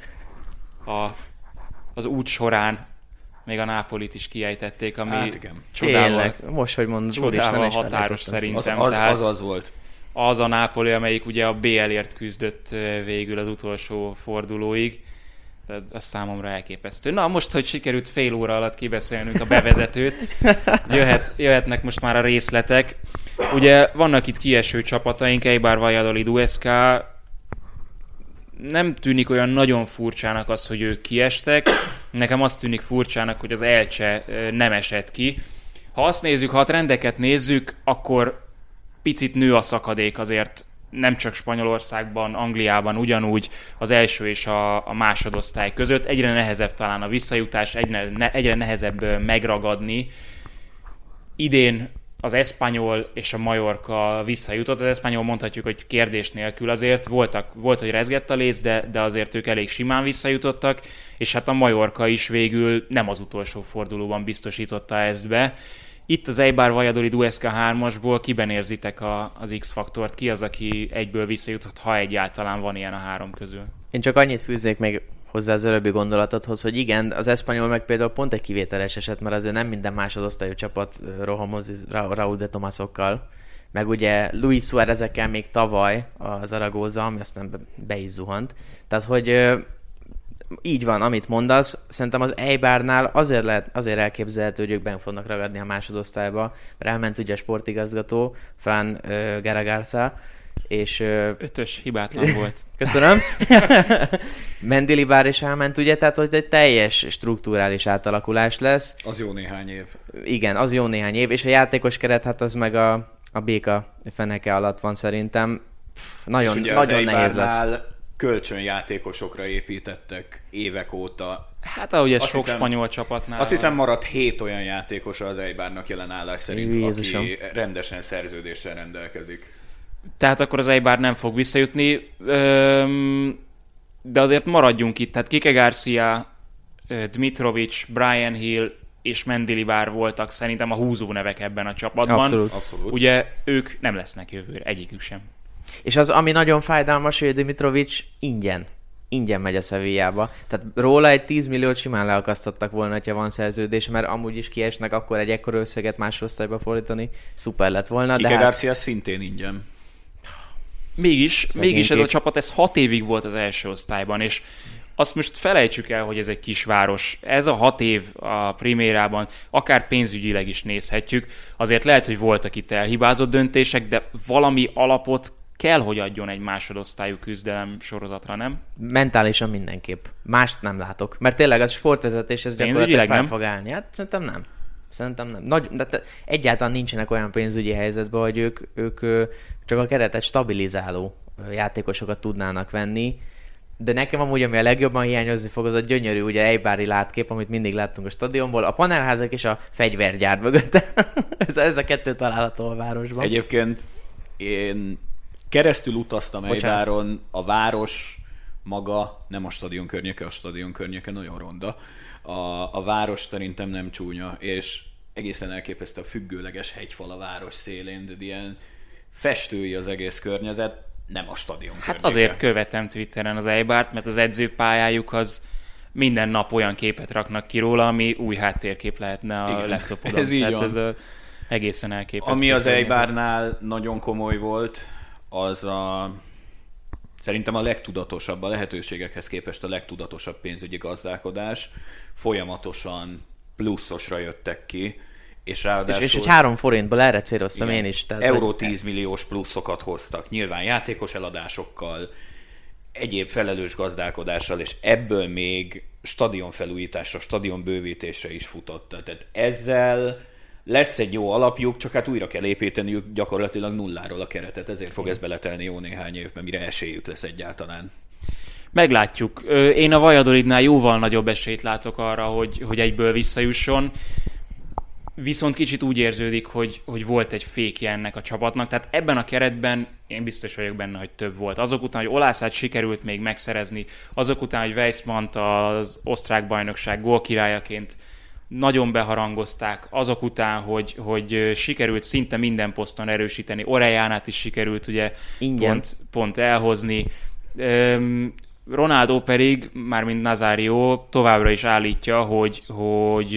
Speaker 2: A, az út során még a Nápolit is kiejtették, ami
Speaker 3: hát igen.
Speaker 2: csodával,
Speaker 4: Tényleg, most, hogy mondod,
Speaker 2: csodával határos szerintem.
Speaker 3: Az az, az az volt.
Speaker 2: Az a Nápoli, amelyik ugye a bé el-ért küzdött végül az utolsó fordulóig. De az számomra elképesztő. Na, most, hogy sikerült fél óra alatt kibeszélnünk a bevezetőt, jöhet, jöhetnek most már a részletek. Ugye vannak itt kieső csapataink, Eibar, Valladolid, u es ká. Nem tűnik olyan nagyon furcsának az, hogy ők kiestek. Nekem azt tűnik furcsának, hogy az Elche nem esett ki. Ha azt nézzük, ha a trendeket nézzük, akkor picit nő a szakadék azért nem csak Spanyolországban, Angliában ugyanúgy az első és a, a másodosztály között. Egyre nehezebb talán a visszajutás, egyre, ne, egyre nehezebb megragadni. Idén az Espanyol és a Mallorca visszajutott. Az Espanyol mondhatjuk, hogy kérdés nélkül azért voltak, volt, hogy rezgett a léc, de, de azért ők elég simán visszajutottak, és hát a Mallorca is végül nem az utolsó fordulóban biztosította ezt be. Itt az Eibar Valladolid u es ká hármasból kiben érzitek a, az X-faktort? Ki az, aki egyből visszajutott, ha egyáltalán van ilyen a három közül?
Speaker 4: Én csak annyit fűznék még hozzá az előbbi gondolatodhoz, hogy igen, az Espanyol meg például pont egy kivételes eset, mert azért nem minden másodosztályú csapat rohamoz Raúl de Tomasokkal, meg ugye Luis Suárezekkel még tavaly a Zaragoza, ami aztán be, be is zuhant. Tehát, hogy így van, amit mondasz, szerintem az Eibarnál azért, lehet, azért elképzelhető, hogy ők benne fognak ragadni a másodosztályba, mert elment ugye a sportigazgató, Fran uh, Garagarza, és... Uh,
Speaker 2: Ötös, hibátlan volt.
Speaker 4: Köszönöm. Mendilibar is elment, ugye, tehát hogy egy teljes strukturális átalakulás lesz.
Speaker 3: Az jó néhány év.
Speaker 4: Igen, az jó néhány év, és a játékos keret, hát az meg a, a béka feneke alatt van szerintem. Nagyon, nagyon nehéz lesz.
Speaker 3: Kölcsönjátékosokra építettek évek óta.
Speaker 2: Hát ahogy ez
Speaker 3: azt
Speaker 2: sok
Speaker 3: hiszem,
Speaker 2: spanyol csapatnál.
Speaker 3: Azt hiszem maradt hét olyan játékosa az Eibarnak jelen állás szerint,
Speaker 4: Jézusom.
Speaker 3: aki rendesen szerződéssel rendelkezik.
Speaker 2: Tehát akkor az Eibar nem fog visszajutni, de azért maradjunk itt. Tehát Kike Garcia, Dmitrovic, Brian Hill és Mendilibar voltak szerintem a húzó nevek ebben a csapatban.
Speaker 4: Abszolút.
Speaker 3: Abszolút.
Speaker 2: Ugye ők nem lesznek jövőre, egyikük sem.
Speaker 4: És az, ami nagyon fájdalmas, hogy Dmitrovic ingyen. Ingyen megy a Sevillába. Tehát róla egy tíz milliót simán leakasztottak volna, ha van szerződés, mert amúgy is kiesnek, akkor egy ekkora összeget másodosztályba fordítani. Szuper lett volna.
Speaker 3: Kike
Speaker 4: de
Speaker 3: Garcia
Speaker 4: hát...
Speaker 3: szintén ingyen.
Speaker 2: Mégis, mégis ez
Speaker 4: kép.
Speaker 2: a csapat, ez hat évig volt az első osztályban, és azt most felejtsük el, hogy ez egy kisváros. Ez a hat év a Primérában, akár pénzügyileg is nézhetjük, azért lehet, hogy voltak itt elhibázott döntések, de valami alapot kell, hogy adjon egy másodosztályú küzdelem sorozatra, nem?
Speaker 4: Mentálisan mindenképp. Mást nem látok. Mert tényleg az sportvezetés, ez gyakorlatilag fel fog állni. Hát szerintem nem. Szerintem nem. Nagy, de te, egyáltalán nincsenek olyan pénzügyi helyzetben, hogy ők, ők csak a keretet stabilizáló játékosokat tudnának venni. De nekem amúgy, ami a legjobban hiányozni fog, az a gyönyörű, ugye Eibari látkép, amit mindig láttunk a stadionból, a panelházak és a fegyvergyár mögötte. ez, ez a kettő található a városban.
Speaker 3: Egyébként én keresztül utaztam Eibaron, a város maga, nem a stadion környéke, a stadion környéke nagyon ronda. A, a város szerintem nem csúnya, és egészen elképesztő a függőleges hegyfal a város szélén, de ilyen festői az egész környezet, nem a stadion
Speaker 2: Hát
Speaker 3: környéke.
Speaker 2: azért követem Twitteren az Eibart, mert az edzőpályájuk az minden nap olyan képet raknak ki róla, ami új háttérkép lehetne a
Speaker 3: Igen,
Speaker 2: laptopodon.
Speaker 3: ez így
Speaker 2: Tehát
Speaker 3: van.
Speaker 2: ez a, egészen elképesztő.
Speaker 3: Ami az
Speaker 2: környezet.
Speaker 3: Eibarnál nagyon komoly volt, az a szerintem a legtudatosabb, a lehetőségekhez képest a legtudatosabb pénzügyi gazdálkodás. Folyamatosan pluszosra jöttek ki, és ráadásul...
Speaker 4: És, és egy három forintból erre céloztam
Speaker 3: igen,
Speaker 4: én is. Tehát,
Speaker 3: euró
Speaker 4: hogy...
Speaker 3: tíz milliós pluszokat hoztak. Nyilván játékos eladásokkal, egyéb felelős gazdálkodással, és ebből még stadionfelújításra, stadionbővítésre is futott. Tehát ezzel lesz egy jó alapjuk, csak hát újra kell építeniük gyakorlatilag nulláról a keretet, ezért fog ez beletelni jó néhány évben, mire esélyük lesz egyáltalán.
Speaker 2: Meglátjuk. Ö, Én a Valladolidnál jóval nagyobb esélyt látok arra, hogy, hogy egyből visszajusson. Viszont kicsit úgy érződik, hogy, hogy volt egy fékje ennek a csapatnak. Tehát ebben a keretben én biztos vagyok benne, hogy több volt. Azok után, hogy Olászát sikerült még megszerezni, azok után, hogy Weissmant az osztrák bajnokság gólkirályaként nagyon beharangozták, azok után, hogy, hogy sikerült szinte minden poszton erősíteni, Orellánát is sikerült ugye pont, pont elhozni. Üm, Ronaldo pedig, mármint Nazario továbbra is állítja, hogy, hogy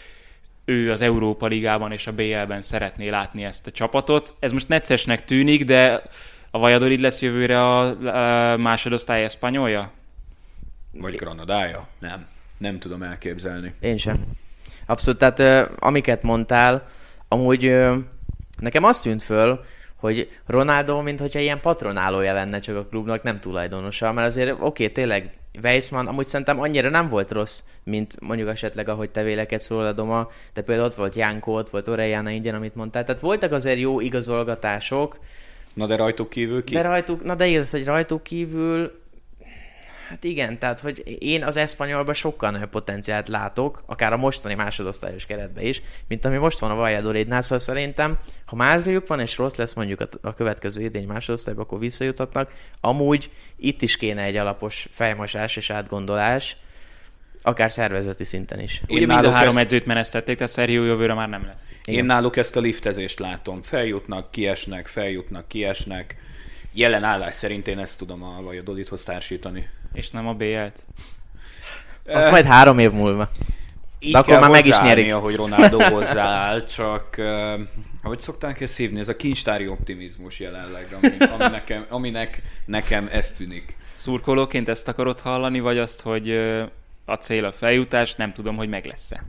Speaker 2: ő az Európa Ligában és a bé el-ben szeretné látni ezt a csapatot. Ez most neccesnek tűnik, de a Valladolid lesz jövőre a, a másodosztály eszpanyolja?
Speaker 3: Vagy Granadája? Nem. Nem tudom elképzelni.
Speaker 4: Én sem. Abszolút, tehát uh, amiket mondtál, amúgy uh, nekem azt tűnt föl, hogy Ronaldo, mintha ilyen patronálója lenne csak a klubnak, nem tulajdonosa, mert azért oké, okay, tényleg Weissman amúgy szerintem annyira nem volt rossz, mint mondjuk esetleg, ahogy te vélekedsz róla, Doma, de például ott volt Janko, ott volt Orellana ingyen, amit mondtál, tehát voltak azért jó igazolgatások.
Speaker 3: Na de rajtuk kívül ki?
Speaker 4: De rajtuk, na de igaz, hogy rajtuk kívül, hát igen, tehát hogy én az Espanyolban sokkal nagyobb potenciált látok, akár a mostani másodosztályos keretben is, mint ami most van a Valladolidnál, szóval szerintem, ha mázliuk van és rossz lesz mondjuk a, a következő idény másodosztályban, akkor visszajutatnak. Amúgy itt is kéne egy alapos fejmosás és átgondolás, akár szervezeti szinten is.
Speaker 2: Ugye mind a három ezt... edzőt menesztették, tehát Sergio jövőre már nem lesz.
Speaker 3: Igen. Én náluk ezt a liftezést látom. Feljutnak, kiesnek, feljutnak, kiesnek. Jelen állás szerint én ezt tudom a Valladolidhoz társítani.
Speaker 2: És nem a bé el-t.
Speaker 4: Az eh, majd három év múlva.
Speaker 3: Így de akkor már meg is nyerik. Ahogy Ronaldo hozzááll, csak uh, ahogy szokták ezt hívni, ez a kincstári optimizmus jelenleg, ami, ami nekem, aminek nekem ez tűnik.
Speaker 2: Szurkolóként ezt akarod hallani, vagy azt, hogy uh, a cél a feljutás, nem tudom, hogy meg lesz-e?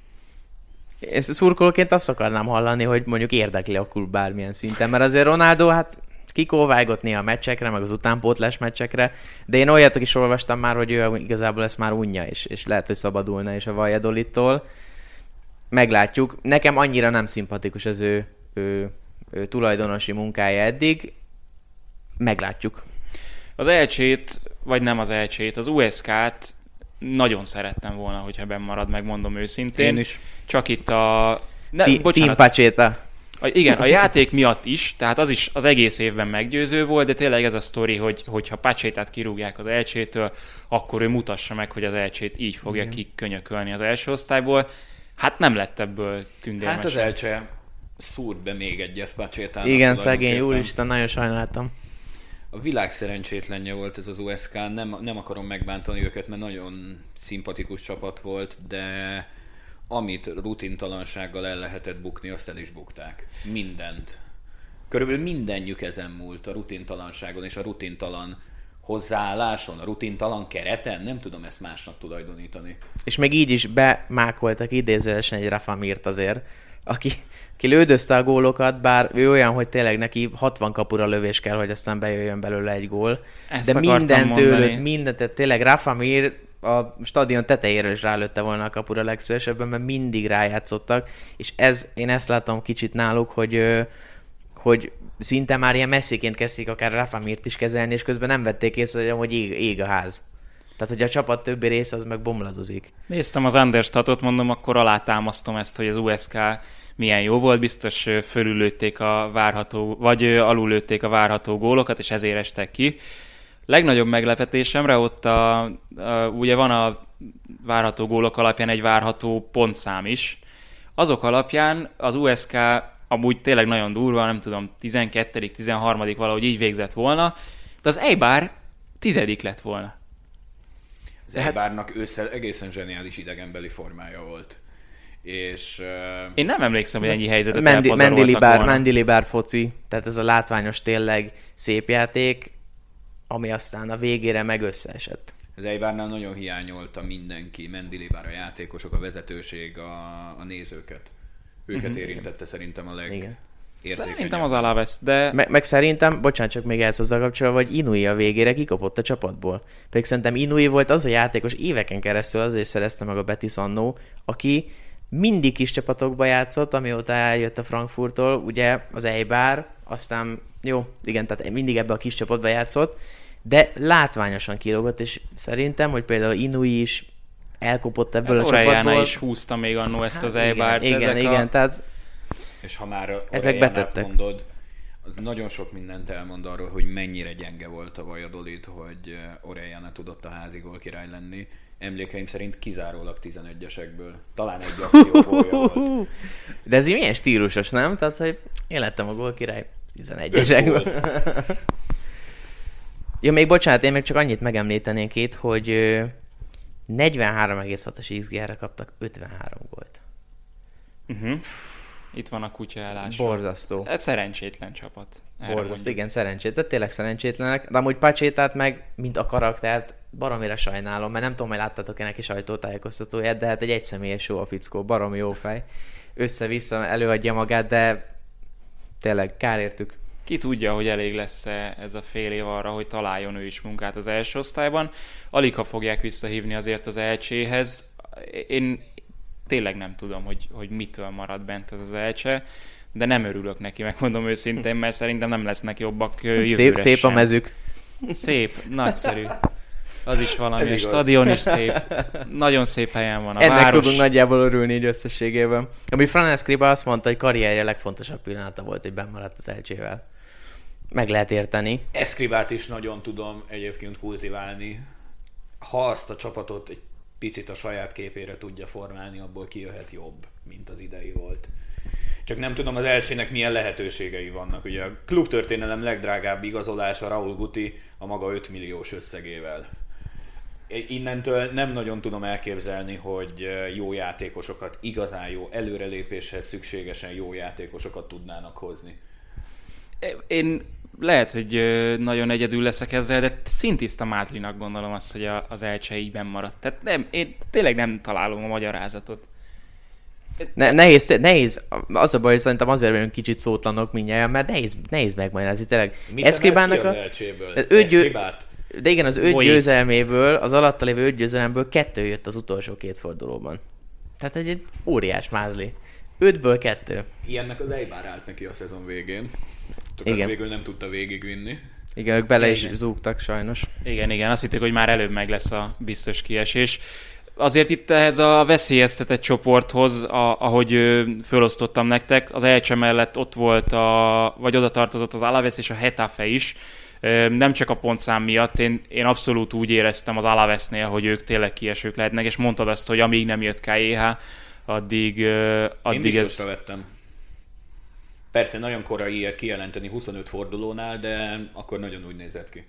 Speaker 4: Én szurkolóként azt akarnám hallani, hogy mondjuk érdekli a klub bármilyen szinten, mert azért Ronaldo, hát kikóvágott néha a meccsekre, meg az utánpótlás meccsekre, de én olyat is olvastam már, hogy ő igazából ezt már unja, és, és lehet, hogy szabadulna is a Valladolidtól. Meglátjuk. Nekem annyira nem szimpatikus az ő, ő, ő tulajdonosi munkája eddig. Meglátjuk.
Speaker 2: Az Elcsét, vagy nem az Elcsét, az u es ká-t nagyon szerettem volna, hogyha benn marad, megmondom őszintén.
Speaker 3: Én is.
Speaker 2: Csak itt a...
Speaker 4: Ne, T- bocsánat. Team Pacséta.
Speaker 2: A, igen, a játék miatt is, tehát az is az egész évben meggyőző volt, de tényleg ez a sztori, hogy, hogyha Pacsétát kirúgják az Elcsétől, akkor ő mutassa meg, hogy az Elcsét így fogja igen. kikönyökölni az első osztályból. Hát nem lett ebből tündérmesen.
Speaker 3: Hát az Elcse szúrt be még egyet Pacsétának.
Speaker 4: Igen, szegény, úristen, nagyon sajnáltam.
Speaker 3: A világ szerencsétlenje volt ez az u es ká, nem, nem akarom megbántani őket, mert nagyon szimpatikus csapat volt, de amit rutintalansággal el lehetett bukni, azt el is bukták. Mindent. Körülbelül mindenjük ezen múlt, a rutintalanságon és a rutintalan hozzáálláson, a rutintalan kereten, nem tudom ezt másnak tulajdonítani.
Speaker 4: És még így is bemákoltak idézőesen egy Rafa Mirt azért, aki, aki lődözte a gólokat, bár ő olyan, hogy tényleg neki hatvan kapura lövés kell, hogy aztán bejöjjön belőle egy gól.
Speaker 2: Ezt
Speaker 4: de minden tőled, mindent, tehát tényleg Rafa Mir a stadion tetejéről is rálőtte volna a kapura legszívesebben, mert mindig rájátszottak, és ez, én ezt látom kicsit náluk, hogy, hogy szinte már ilyen messziként kezdték akár Rafa Mirt is kezelni, és közben nem vették észre, hogy ég, ég a ház. Tehát, hogy a csapat többi része az meg bomladozik.
Speaker 2: Néztem az Understatot, mondom, akkor alátámasztom ezt, hogy az u es ká milyen jó volt, biztos fölüllőtték a várható, vagy alulőtték a várható gólokat, és ezért estek ki. Legnagyobb meglepetésemre ott a, a, ugye van a várható gólok alapján egy várható pontszám is. Azok alapján az u es ká amúgy tényleg nagyon durva, nem tudom, tizenkettedik, tizenharmadik valahogy így végzett volna, de az Eibar tizedik lett volna.
Speaker 3: Az Eibarnak ősszel egészen zseniális idegenbeli formája volt. És, uh...
Speaker 2: Én nem emlékszem, hogy ennyi helyzetet
Speaker 4: Mendi,
Speaker 2: elpazaroltak
Speaker 4: Mendilibár,
Speaker 2: volna.
Speaker 4: Mendilibár foci, tehát ez a látványos tényleg szép játék, ami aztán a végére meg összeesett.
Speaker 3: Az Eibarnál nagyon hiányolta mindenki, Mendilibár, a játékosok, a vezetőség, a, a nézőket. Őket uh-huh. érintette szerintem a leg...
Speaker 2: Szerintem az Alavés, de...
Speaker 4: Meg, meg szerintem, bocsánat, csak még ehhez hozzá kapcsolva, hogy Inui a végére kikapott a csapatból. Pedig szerintem Inui volt az a játékos éveken keresztül, azért szerezte meg a Betis annó, aki mindig kis csapatokba játszott, amióta eljött a Frankfurttól, ugye az Eibar, aztán jó, igen, tehát mindig ebbe a kis csapatba játszott, de látványosan kirúgott, és szerintem, hogy például Inui is elkopott ebből hát a csapatból.
Speaker 2: is húzta még annó ezt
Speaker 4: hát
Speaker 2: az Eibart.
Speaker 4: Igen, igen, igen, a... tehát...
Speaker 3: És ha már
Speaker 4: ezek betettek.
Speaker 3: Mondod, az nagyon sok mindent elmond arról, hogy mennyire gyenge volt a Valladolid, hogy Orellana tudott a házi gólkirály lenni. Emlékeim szerint kizárólag tizenegyesekből. Talán egy akciógólja volt.
Speaker 4: De ez így milyen stílusos, nem? Tehát, hogy én lettem a gólkirály tizenegyesekből. Jó, még bocsánat, én még csak annyit megemlítenék itt, hogy negyvenhárom egész hatos iksz gé-re kaptak ötvenhárom gólt.
Speaker 2: Uh-huh. Itt van a kutya állása.
Speaker 4: Borzasztó.
Speaker 2: Ez szerencsétlen csapat.
Speaker 4: Borzasztó, igen, szerencsétlen. Tényleg szerencsétlenek. De amúgy Pacsétát meg, mint a karaktert, baromira sajnálom, mert nem tudom, hogy láttátok-e neki sajtótájékoztatóját, de hát egy egyszemélyes jó a fickó, baromi jó fej. Össze-vissza előadja magát, de tényleg kár értük.
Speaker 2: Ki tudja, hogy elég lesz ez a fél év arra, hogy találjon ő is munkát az első osztályban. Alig ha fogják visszahívni azért az Elcséhez. Én tényleg nem tudom, hogy, hogy mitől marad bent ez az Elcse, de nem örülök neki, megmondom őszintén, mert szerintem nem lesznek jobbak jövőre
Speaker 4: Szép, szép
Speaker 2: sem.
Speaker 4: a mezük.
Speaker 2: Szép, nagyszerű. Az is valami, a stadion is szép. Nagyon szép helyen van a
Speaker 4: Ennek
Speaker 2: város.
Speaker 4: tudunk nagyjából örülni így összességében. Ami Fran Escribá azt mondta, hogy karrierje legfontosabb pillanata volt, hogy bennmaradt az Elcsével. Meg lehet érteni.
Speaker 3: Escribát is nagyon tudom egyébként kultiválni. Ha azt a csapatot egy picit a saját képére tudja formálni, abból kijöhet jobb, mint az idei volt. Csak nem tudom, az Elcsének milyen lehetőségei vannak. Ugye a klubtörténelem legdrágább igazolása Raúl Guti a maga öt milliós összegével. Innentől nem nagyon tudom elképzelni, hogy jó játékosokat, igazán jó előrelépéshez szükségesen jó játékosokat tudnának hozni.
Speaker 2: Én lehet, hogy nagyon egyedül leszek ezzel, de szintiszta mázlinak gondolom azt, hogy az Elcse így benn maradt. Tehát nem, én tényleg nem találom a magyarázatot.
Speaker 4: Ne, nehéz, nehéz, az a baj, hogy szerintem azért vagyunk kicsit szótlanok mindjárt, mert nehéz, nehéz megmagyarázni. Tényleg Escribának a... Öt győ... De igen, az öt Bolyít. győzelméből, az alatta lévő öt győzelemből kettő jött az utolsó két fordulóban. Tehát egy, egy óriás mázli. Ötből kettő.
Speaker 3: Ilyennek az Eibar állt neki a szezon végén. Csak
Speaker 4: igen.
Speaker 3: Azt végül nem tudta végigvinni.
Speaker 4: Igen, ők bele
Speaker 2: igen.
Speaker 4: is zúgtak sajnos.
Speaker 2: Igen, igen, azt hittük, hogy már előbb meg lesz a biztos kiesés. Azért itt ehhez a veszélyeztetett csoporthoz, a, ahogy ö, fölosztottam nektek, az Elcse mellett ott volt, a, vagy oda tartozott az Alavés és a Getafe is. Ö, nem csak a pontszám miatt, én, én abszolút úgy éreztem az Alavésnél, hogy ők tényleg kiesők lehetnek, és mondtad azt, hogy amíg nem jött ká jé há, addig, ö, addig
Speaker 3: én
Speaker 2: ez...
Speaker 3: vettem. Persze nagyon korai ilyet kijelenteni huszonöt fordulónál, de akkor nagyon úgy nézett ki.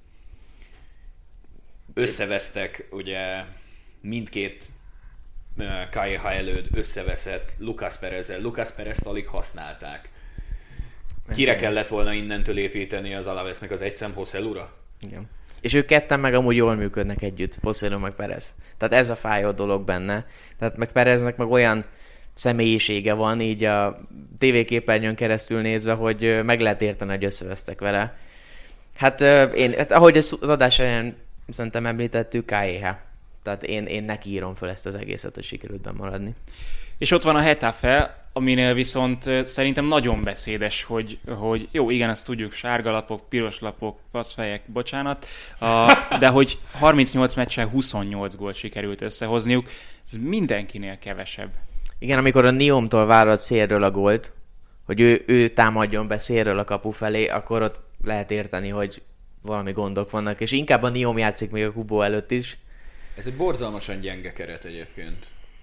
Speaker 3: Összevesztek, ugye mindkét ká jé há előtt összeveszett Lucas Perezzel. Lucas Perezt alig használták. Kire kellett volna innentől építeni az Alavésnek, az egyszem Josselura?
Speaker 4: Igen. És ők ketten meg amúgy jól működnek együtt, Joselu meg Perez. Tehát ez a fájó dolog benne. Tehát meg Pereznek meg olyan személyisége van így a tévéképernyőn keresztül nézve, hogy meg lehet érteni, hogy összevesztek vele. Hát én, hát ahogy az adás elején szerintem említettük, ká jé há. Tehát én, én neki írom fel ezt az egészet, hogy sikerült benn maradni.
Speaker 2: És ott van a Getafe, aminél viszont szerintem nagyon beszédes, hogy, hogy jó, igen, azt tudjuk, sárga lapok, piros lapok, faszfejek, bocsánat, a, de hogy harmincnyolc meccsen huszonnyolc gólt sikerült összehozniuk, ez mindenkinél kevesebb.
Speaker 4: Igen, amikor a Niomtól várod szélről a gólt, hogy ő, ő támadjon be szélről a kapu felé, akkor ott lehet érteni, hogy valami gondok vannak, és inkább a Niom játszik még a Kubo előtt is.
Speaker 3: Ez egy borzalmasan gyenge keret egyébként.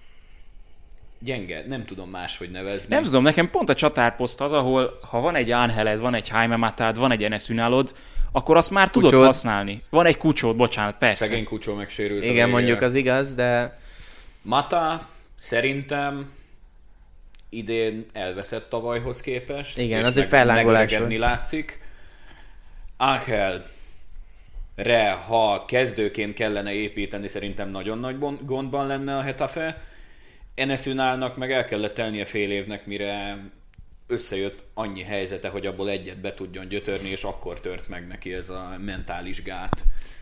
Speaker 3: Gyenge, nem tudom máshogy nevezni.
Speaker 2: Nem tudom, nekem pont a csatárposzt az, ahol ha van egy Angeled, van egy Jaime Matád, van egy Enes Ünalod, akkor azt már tudod
Speaker 4: Kucsód.
Speaker 2: használni. Van egy Kucsód, bocsánat, persze.
Speaker 3: Szegény Kucsó megsérült.
Speaker 4: Igen, mondjuk az igaz, de...
Speaker 3: Mata szerintem idén elveszett tavalyhoz képest.
Speaker 4: Igen,
Speaker 3: és
Speaker 4: az egy
Speaker 3: meg-
Speaker 4: fellángolás
Speaker 3: megöregedni látszik. Angel re, ha kezdőként kellene építeni, szerintem nagyon nagy bon- gondban lenne a Hetafe. Enes Ünalnak meg el kellett telnie fél évnek, mire összejött annyi helyzete, hogy abból egyet be tudjon gyötörni, és akkor tört meg neki ez a mentális gát.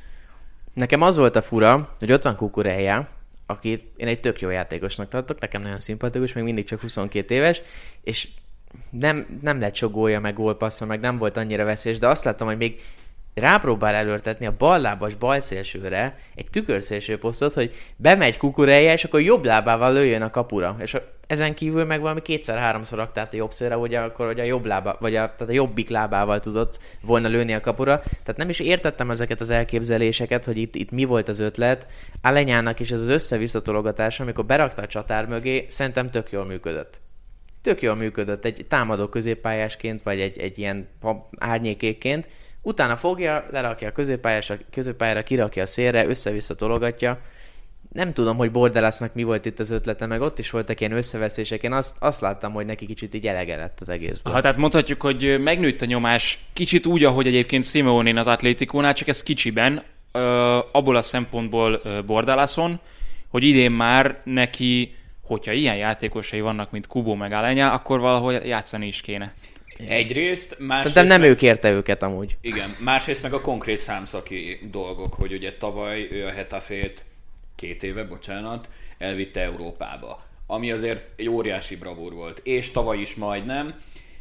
Speaker 4: Nekem az volt a fura, hogy ott van Cucurella, akit én egy tök jó játékosnak tartok, nekem nagyon szimpatikus, még mindig csak huszonkét éves, és nem, nem lett sok gólja, meg gólpassza, meg nem volt annyira veszélyes, de azt láttam, hogy még rápróbál előrtetni a bal lábas bal szélsőre egy tükörszélső posztot, hogy bemegy Cucurella, és akkor jobb lábával lőjön a kapura. És ezen kívül meg valami kétszer-háromszor raktált a jobb szélre, ugye akkor hogy a jobb lába, vagy a, tehát a jobbik lábával tudott volna lőni a kapura. Tehát nem is értettem ezeket az elképzeléseket, hogy itt, itt mi volt az ötlet. Alenyának is ez az össze-visszatologatás, amikor berakta a csatár mögé, szerintem tök jól működött. Tök jól működött egy támadó középpályásként, vagy egy, egy ilyen árnyékékként. Utána fogja, lerakja a középpályásra, középpályára, kirakja a szélre, össze-vissza tologatja. Nem tudom, hogy Bordelasnak mi volt itt az ötlete, meg ott is voltak ilyen összeveszések. Én azt, azt láttam, hogy neki kicsit így elege lett az egészből.
Speaker 2: Ha, tehát mondhatjuk, hogy megnőtt a nyomás kicsit úgy, ahogy egyébként Simeonén az Atlétikónál, csak ez kicsiben, ö, abból a szempontból ö, Bordalason, hogy idén már neki, hogyha ilyen játékosai vannak, mint Kubo meg Alenya, akkor valahol játszani is kéne.
Speaker 3: Egyrészt, másrészt...
Speaker 4: Szerintem nem
Speaker 3: meg...
Speaker 4: ő kérte őket amúgy.
Speaker 3: Igen, másrészt meg a konkrét számszaki dolgok, hogy ugye tavaly ő a Hetafét két éve, bocsánat, elvitte Európába. Ami azért egy óriási bravúr volt. És tavaly is majdnem.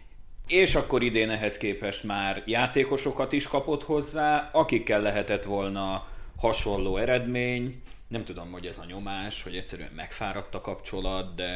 Speaker 3: És akkor idén ehhez képest már játékosokat is kapott hozzá, akikkel lehetett volna hasonló eredmény. Nem tudom, hogy ez a nyomás, hogy egyszerűen megfáradt a kapcsolat, de...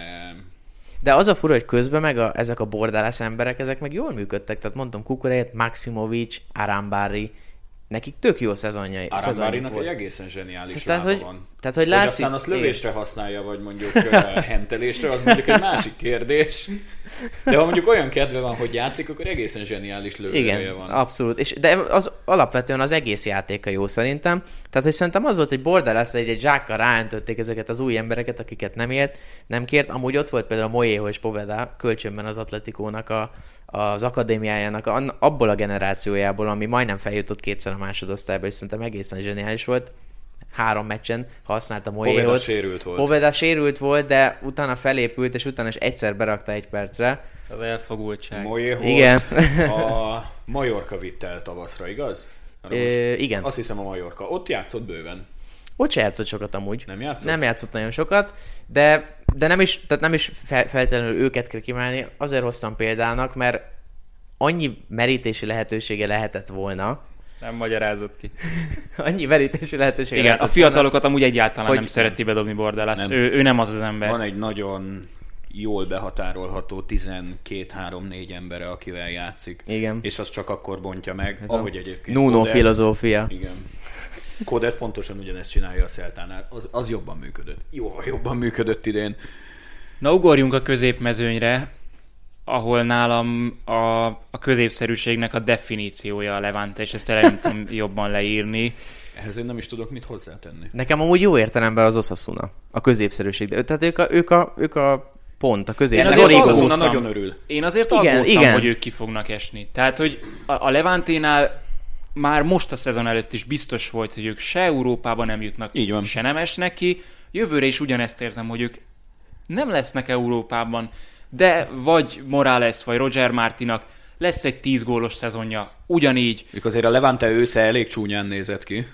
Speaker 4: De az a fura, hogy közben meg a, ezek a Bordalas emberek, ezek meg jól működtek. Tehát mondtam Cucurellat, Maximovic, Arambari, nekik tök jó szezonjai.
Speaker 3: Arambarinak egy egészen zseniális
Speaker 4: tehát,
Speaker 3: lába
Speaker 4: hogy,
Speaker 3: van.
Speaker 4: Tehát, hogy,
Speaker 3: hogy
Speaker 4: látszik,
Speaker 3: aztán azt lövésre használja, vagy mondjuk uh, hentelésre, az mondjuk egy másik kérdés. De ha mondjuk olyan kedve van, hogy játszik, akkor egészen zseniális lövője
Speaker 4: igen,
Speaker 3: van.
Speaker 4: abszolút. És, de az alapvetően az egész játéka jó szerintem. Tehát, hogy szerintem az volt, hogy Bordalas egy, egy zsákkal ráöntötték ezeket az új embereket, akiket nem ért, nem kért. Amúgy ott volt például a Moyeho és Poveda kölcsönben az Atletikónak a az akadémiájának abból a generációjából, ami majdnem feljutott kétszer a másodosztályba, és szerintem egészen zseniális volt. Három meccsen használta Moyehot.
Speaker 3: Poveda sérült volt.
Speaker 4: Poveda sérült volt, de utána felépült, és utána is egyszer berakta egy percre.
Speaker 2: Az elfogultság.
Speaker 3: Moyehot
Speaker 4: igen.
Speaker 3: A Majorka vitt el tavaszra, igaz?
Speaker 4: Ö, igen.
Speaker 3: Azt hiszem a Majorka. Ott játszott bőven.
Speaker 4: Ott se játszott sokat amúgy.
Speaker 3: Nem játszott?
Speaker 4: Nem játszott nagyon sokat, de, de nem is, tehát nem is fel, feltétlenül őket kell kimálni. Azért hoztam példának, mert annyi merítési lehetősége lehetett volna.
Speaker 2: Nem magyarázott ki.
Speaker 4: Annyi merítési lehetősége
Speaker 2: Igen,
Speaker 4: lehetett
Speaker 2: a fiatalokat volna, amúgy egyáltalán
Speaker 4: hogy
Speaker 2: nem szereti bedobni Bordalas.
Speaker 3: Nem.
Speaker 2: Ő, ő nem az az ember.
Speaker 3: Van egy nagyon jól behatárolható tizenkét három négy embere, akivel játszik.
Speaker 4: Igen.
Speaker 3: És az csak akkor bontja meg,
Speaker 4: Ez
Speaker 3: ahogy
Speaker 4: a
Speaker 3: egyébként
Speaker 4: Nuno
Speaker 3: Kodet-
Speaker 4: filozófia.
Speaker 3: Igen. Kodet pontosan ugyanezt csinálja a Celtánál. Az, az jobban működött. Jóval jobban működött idén.
Speaker 2: Na, ugorjunk a középmezőnyre, ahol nálam a, a középszerűségnek a definíciója a Levante, és ezt el nem tudom jobban leírni.
Speaker 3: Ehhez én nem is tudok mit hozzátenni.
Speaker 4: Nekem amúgy jó értelemben az Osasuna. A középszerűség. De, tehát ők a, ők a, ők a pont, a közép.
Speaker 2: Én
Speaker 3: Ez
Speaker 2: azért
Speaker 3: az
Speaker 2: aggódtam.
Speaker 3: Osasuna nagyon örül.
Speaker 2: Én azért
Speaker 4: Igen,
Speaker 2: aggódtam,
Speaker 4: igen.
Speaker 2: hogy ők ki fognak esni. Tehát, hogy a, a Levanténál már most a szezon előtt is biztos volt, hogy ők se Európában nem jutnak,
Speaker 3: Így van.
Speaker 2: se nem esnek ki. Jövőre is ugyanezt érzem, hogy ők nem lesznek Európában, de vagy Morales, vagy Roger Martinak lesz egy tíz gólos szezonja, ugyanígy.
Speaker 3: Ők azért a Levante ősze elég csúnyán nézett ki,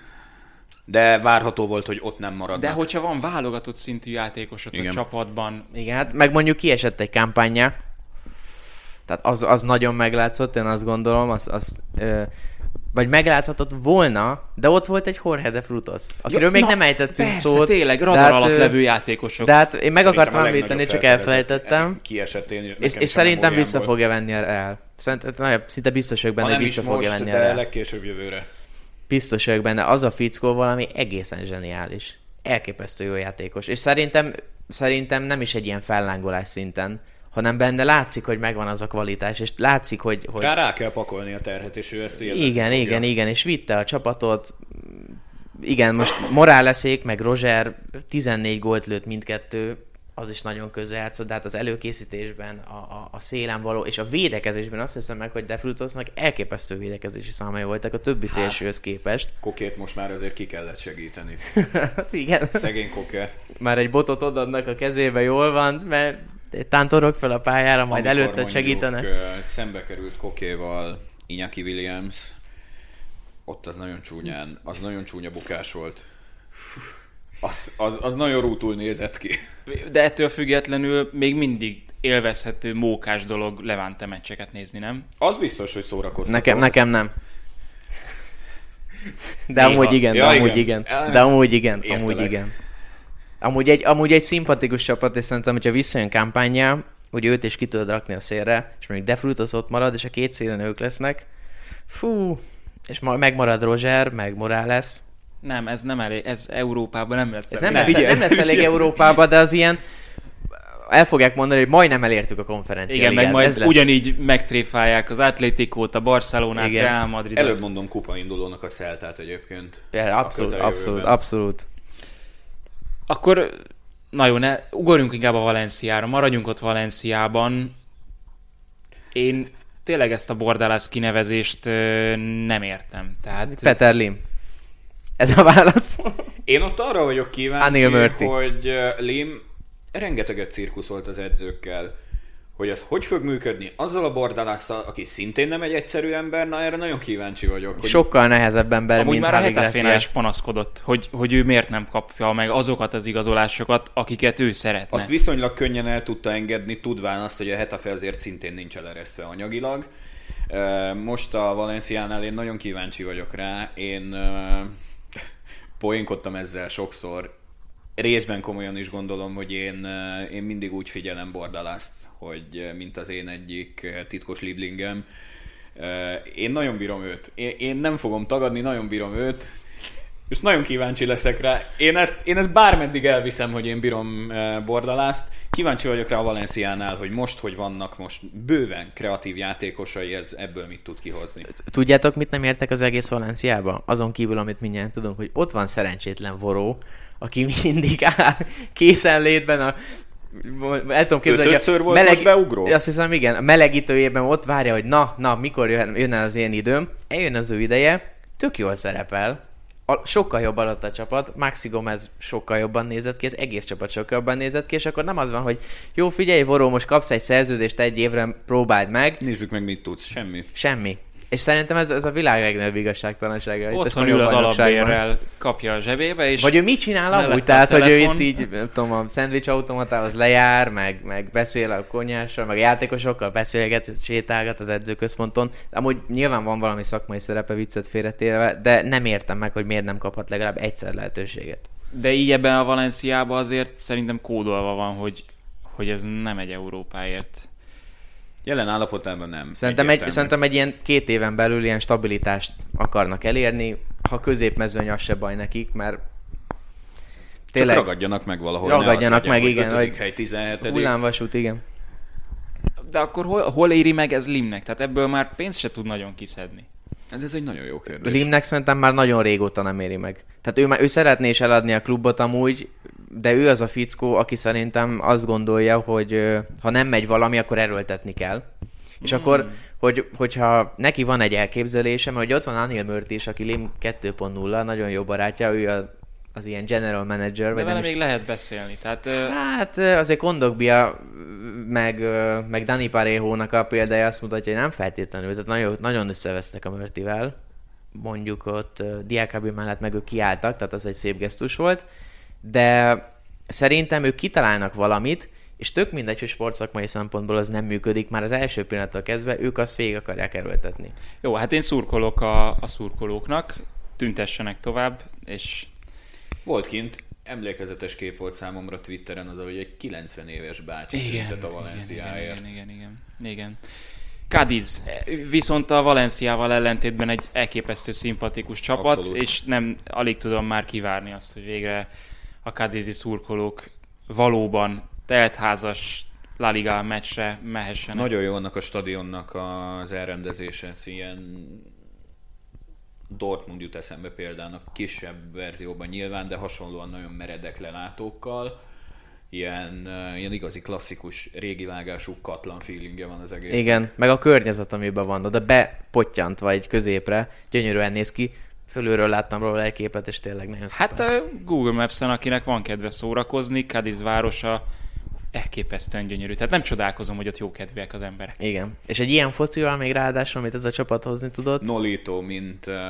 Speaker 3: de várható volt, hogy ott nem maradnak.
Speaker 2: De hogyha van válogatott szintű játékosod
Speaker 3: Igen.
Speaker 2: a csapatban,
Speaker 4: Igen, hát meg mondjuk kiesett egy kampányja. Tehát az, az nagyon meglátszott, én azt gondolom. Az, az, ö, vagy megláthatott volna, de ott volt egy Jorge de Frutos, akiről ja, még na, nem ejtettünk
Speaker 2: persze,
Speaker 4: szót.
Speaker 2: tényleg, radar hát, alatt levő játékosok.
Speaker 4: De hát én meg szerintem akartam említeni, csak elfelejtettem.
Speaker 3: Kiesett
Speaker 4: és, és szerintem vissza volt. fogja venni a Real. Szerintem szinte biztos vagyok benne, hogy vissza fogja
Speaker 3: most,
Speaker 4: venni a Real.
Speaker 3: legkésőbb jövőre.
Speaker 4: Biztos vagyok benne, az a fickó valami egészen zseniális. Elképesztő jó játékos. És szerintem, szerintem nem is egy ilyen fellángolás szinten, hanem benne látszik, hogy megvan az a kvalitás, és látszik, hogy... hogy...
Speaker 3: Rá, rá kell pakolni a terhet, és ő ezt élvezni
Speaker 4: Igen,
Speaker 3: fogja.
Speaker 4: igen, igen, és vitte a csapatot. Igen, most Moraleszék, meg Roger tizennégy gólt lőtt mindkettő, az is nagyon közel játszott, de hát az előkészítésben, a, a, a szélen való, és a védekezésben azt hiszem meg, hogy De Frutosnak elképesztő védekezési számai voltak a többi hát, szélsőhöz képest.
Speaker 3: Kokét most már azért ki kellett segíteni.
Speaker 4: Hát igen.
Speaker 3: Szegény Koke.
Speaker 4: Már egy botot odaadnak a kezébe, jól van, mert tántorok fel a pályára, majd
Speaker 3: amikor
Speaker 4: előtte segítenek.
Speaker 3: Amikor szembe került Kokéval Iñaki Williams, ott az nagyon csúnyán, az nagyon csúnya bukás volt. Az, az, az nagyon rútul nézett ki.
Speaker 2: De ettől függetlenül még mindig élvezhető, mókás dolog Levante meccseket nézni, nem?
Speaker 3: Az biztos, hogy szórakoztató.
Speaker 4: Nekem, nekem nem. De Néha. amúgy igen, de
Speaker 3: ja,
Speaker 4: amúgy
Speaker 3: igen.
Speaker 4: igen. De amúgy igen,
Speaker 3: Értelek.
Speaker 4: amúgy igen. Amúgy egy, amúgy egy szimpatikus csapat, és szerintem, hogyha visszajön kampányjá, hogy őt is ki tudod rakni a szélre, és mondjuk De Frutos ott marad, és a két szélen ők lesznek. Fú, és ma, megmarad Roger, meg Morales.
Speaker 2: Nem, ez nem elég, ez Európában nem lesz.
Speaker 4: Ez nem lesz, nem lesz elég Európában, de az ilyen, el fogják mondani, hogy majdnem elértük a konferenciát.
Speaker 2: Igen, meg majd ugyanígy megtréfálják az Atléticót, a Barcelonát,
Speaker 4: igen.
Speaker 2: Real Madridot.
Speaker 3: Előbb mondom kupaindulónak a Celtát egyébként.
Speaker 4: Például, abszolút, abszolút, abszolút.
Speaker 2: Akkor, na jó, ne, ugorjunk inkább a Valenciára, maradjunk ott Valenciában. Én tényleg ezt a Bordalas kinevezést ö, nem értem. Tehát...
Speaker 4: Peter Lim. Ez a válasz.
Speaker 3: Én ott arra vagyok kíváncsi, hogy Lim rengeteget cirkuszolt az edzőkkel. Hogy ez hogy fog működni azzal a Bordalásszal, aki szintén nem egy egyszerű ember, na erre nagyon kíváncsi vagyok. Hogy...
Speaker 4: Sokkal nehezebb ember,
Speaker 2: amúgy
Speaker 4: mint
Speaker 2: már
Speaker 4: Javi
Speaker 2: a Hetafénál is panaszkodott, hogy, hogy ő miért nem kapja meg azokat az igazolásokat, akiket ő szeretne.
Speaker 3: Azt viszonylag könnyen el tudta engedni, tudván azt, hogy a Hetafe azért szintén nincs eleresztve anyagilag. Most a Valenciánál én nagyon kíváncsi vagyok rá. Én poénkodtam ezzel sokszor. Részben komolyan is gondolom, hogy én, én mindig úgy figyelem Bordalast, hogy mint az én egyik titkos lieblingem. Én nagyon bírom őt. Én, én nem fogom tagadni, nagyon bírom őt, és nagyon kíváncsi leszek rá. Én ezt, én ezt bármeddig elviszem, hogy én bírom Bordalast. Kíváncsi vagyok rá a Valenciánál, hogy most, hogy vannak most bőven kreatív játékosai, ez ebből mit tud kihozni. Tudjátok,
Speaker 4: mit nem értek az egész Valenciába? Azon kívül, amit mindjárt tudunk, hogy ott van szerencsétlen Voró, aki mindig áll készenlétben a... El tudom képzelni, hogy a
Speaker 3: volt meleg... beugró?
Speaker 4: Azt hiszem, igen, a melegítőjében ott várja, hogy na, na, mikor jön, jön el az én időm. Eljön az ő ideje, tök jól szerepel. A, sokkal jobb alatt a csapat, Maxi Gomez sokkal jobban nézett ki, az egész csapat sokkal jobban nézett ki, és akkor nem az van, hogy jó, figyelj, Voró, most kapsz egy szerződést egy évre, próbáld meg.
Speaker 3: Nézzük meg, mit tudsz. Semmi.
Speaker 4: Semmi. És szerintem ez, ez a világ legnagyobb igazságtalansága.
Speaker 2: Otthon ül az alapbérrel, kapja a zsebébe, és...
Speaker 4: Vagy ő mit csinál amúgy? Tehát, hogy ő itt így, nem tudom, a szendvics automatához lejár, meg, meg beszél a konyhással, meg a játékosokkal beszélget, sétálgat az edzőközponton. Amúgy nyilván van valami szakmai szerepe, viccet félretéve, de nem értem meg, hogy miért nem kaphat legalább egyszer lehetőséget.
Speaker 2: De így ebben a Valenciában azért szerintem kódolva van, hogy, hogy ez nem egy Európáért.
Speaker 3: Jelen állapotában nem.
Speaker 4: Szerintem egy, szerintem egy ilyen két éven belül ilyen stabilitást akarnak elérni, ha középmezőny az se baj nekik, mert
Speaker 3: tényleg... Csak ragadjanak meg valahol.
Speaker 4: Ragadjanak meg, igen.
Speaker 3: ötödik hely, tizenhetedik
Speaker 4: Hullámvasút, igen.
Speaker 2: De akkor hol, hol éri meg ez Limnek? Tehát ebből már pénzt se tud nagyon kiszedni.
Speaker 3: Ez, ez egy nagyon jó kérdés.
Speaker 4: Limnek szerintem már nagyon régóta nem éri meg. Tehát ő, már, ő szeretné is eladni a klubot amúgy, de ő az a fickó, aki szerintem azt gondolja, hogy ha nem megy valami, akkor erőltetni kell. És mm. akkor, hogy, hogyha neki van egy elképzelése, mert hogy ott van Anil Mört is, aki Lim kettő pont nulla, nagyon jó barátja, ő a, az ilyen general manager.
Speaker 2: De
Speaker 4: vagy
Speaker 2: vele
Speaker 4: nem
Speaker 2: még
Speaker 4: is...
Speaker 2: lehet beszélni. Tehát,
Speaker 4: hát azért Kondogbia meg, meg Dani Parejónak a példája azt mutatja, hogy nem feltétlenül. Tehát nagyon, nagyon összevesztek a Mörtivel. Mondjuk ott Diakabi mellett meg ők kiálltak, tehát az egy szép gesztus volt. De szerintem ők kitalálnak valamit, és tök mindegy, hogy sportszakmai szempontból az nem működik, már az első pillanattól kezdve ők azt végig akarják erőltetni.
Speaker 2: Jó, hát én szurkolok a, a szurkolóknak, tüntessenek tovább, és...
Speaker 3: Volt kint, emlékezetes kép volt számomra Twitteren az, hogy egy kilencven éves bácsi tüntet a Valenciáért.
Speaker 2: Igen, igen, igen, igen, igen. Cádiz viszont a Valenciával ellentétben egy elképesztő szimpatikus csapat, abszolút. És nem alig tudom már kivárni azt, hogy végre a cádizi szurkolók valóban teltházas La Liga meccsre mehessenek.
Speaker 3: Nagyon jó annak a stadionnak az elrendezése, ez ilyen Dortmund jut eszembe például, kisebb verzióban nyilván, de hasonlóan nagyon meredek lelátókkal. Ilyen, uh, ilyen igazi klasszikus, régi vágású katlan feelingje van az egész.
Speaker 4: Igen, meg a környezet, amiben van, oda bepottyantva egy középre, gyönyörűen néz ki. Fölülről láttam róla egy képet, és tényleg nagyon szépen.
Speaker 2: Hát a Google Maps-en, akinek van kedve szórakozni, Cádiz városa elképesztően gyönyörű. Tehát nem csodálkozom, hogy ott jókedvűek az emberek.
Speaker 4: Igen. És egy ilyen focival még ráadásul, amit ez a csapat hozni tudott.
Speaker 3: Nolito, mint uh,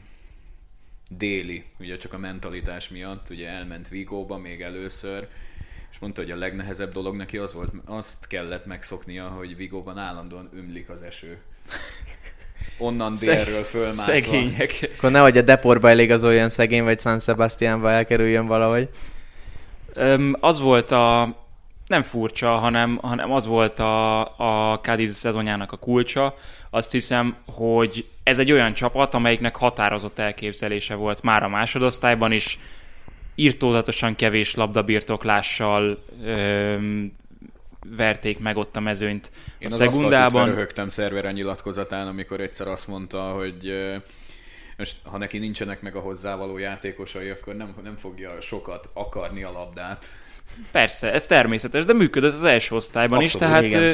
Speaker 3: déli, ugye csak a mentalitás miatt, ugye elment Vigóba még először, és mondta, hogy a legnehezebb dolog neki az volt, azt kellett megszoknia, hogy Vigóban állandóan ömlik az eső. Onnan délről fölmászva.
Speaker 2: Szegények.
Speaker 4: Akkor nehogy a Deportba eligazoljon szegény, vagy San Sebastiánba elkerüljön valahogy.
Speaker 2: Öm, az volt a... Nem furcsa, hanem, hanem az volt a, a Cádiz szezonjának a kulcsa. Azt hiszem, hogy ez egy olyan csapat, amelyiknek határozott elképzelése volt már a másodosztályban is. Irtózatosan kevés labdabirtoklással öm, verték meg ott a mezőnyt
Speaker 3: Én
Speaker 2: a
Speaker 3: az
Speaker 2: szegundában.
Speaker 3: Én röhögtem Cervera nyilatkozatán, amikor egyszer azt mondta, hogy most, ha neki nincsenek meg a hozzávaló játékosai, akkor nem, nem fogja sokat akarni a labdát.
Speaker 2: Persze, ez természetes, de működött az első osztályban abszolút, is, tehát ö,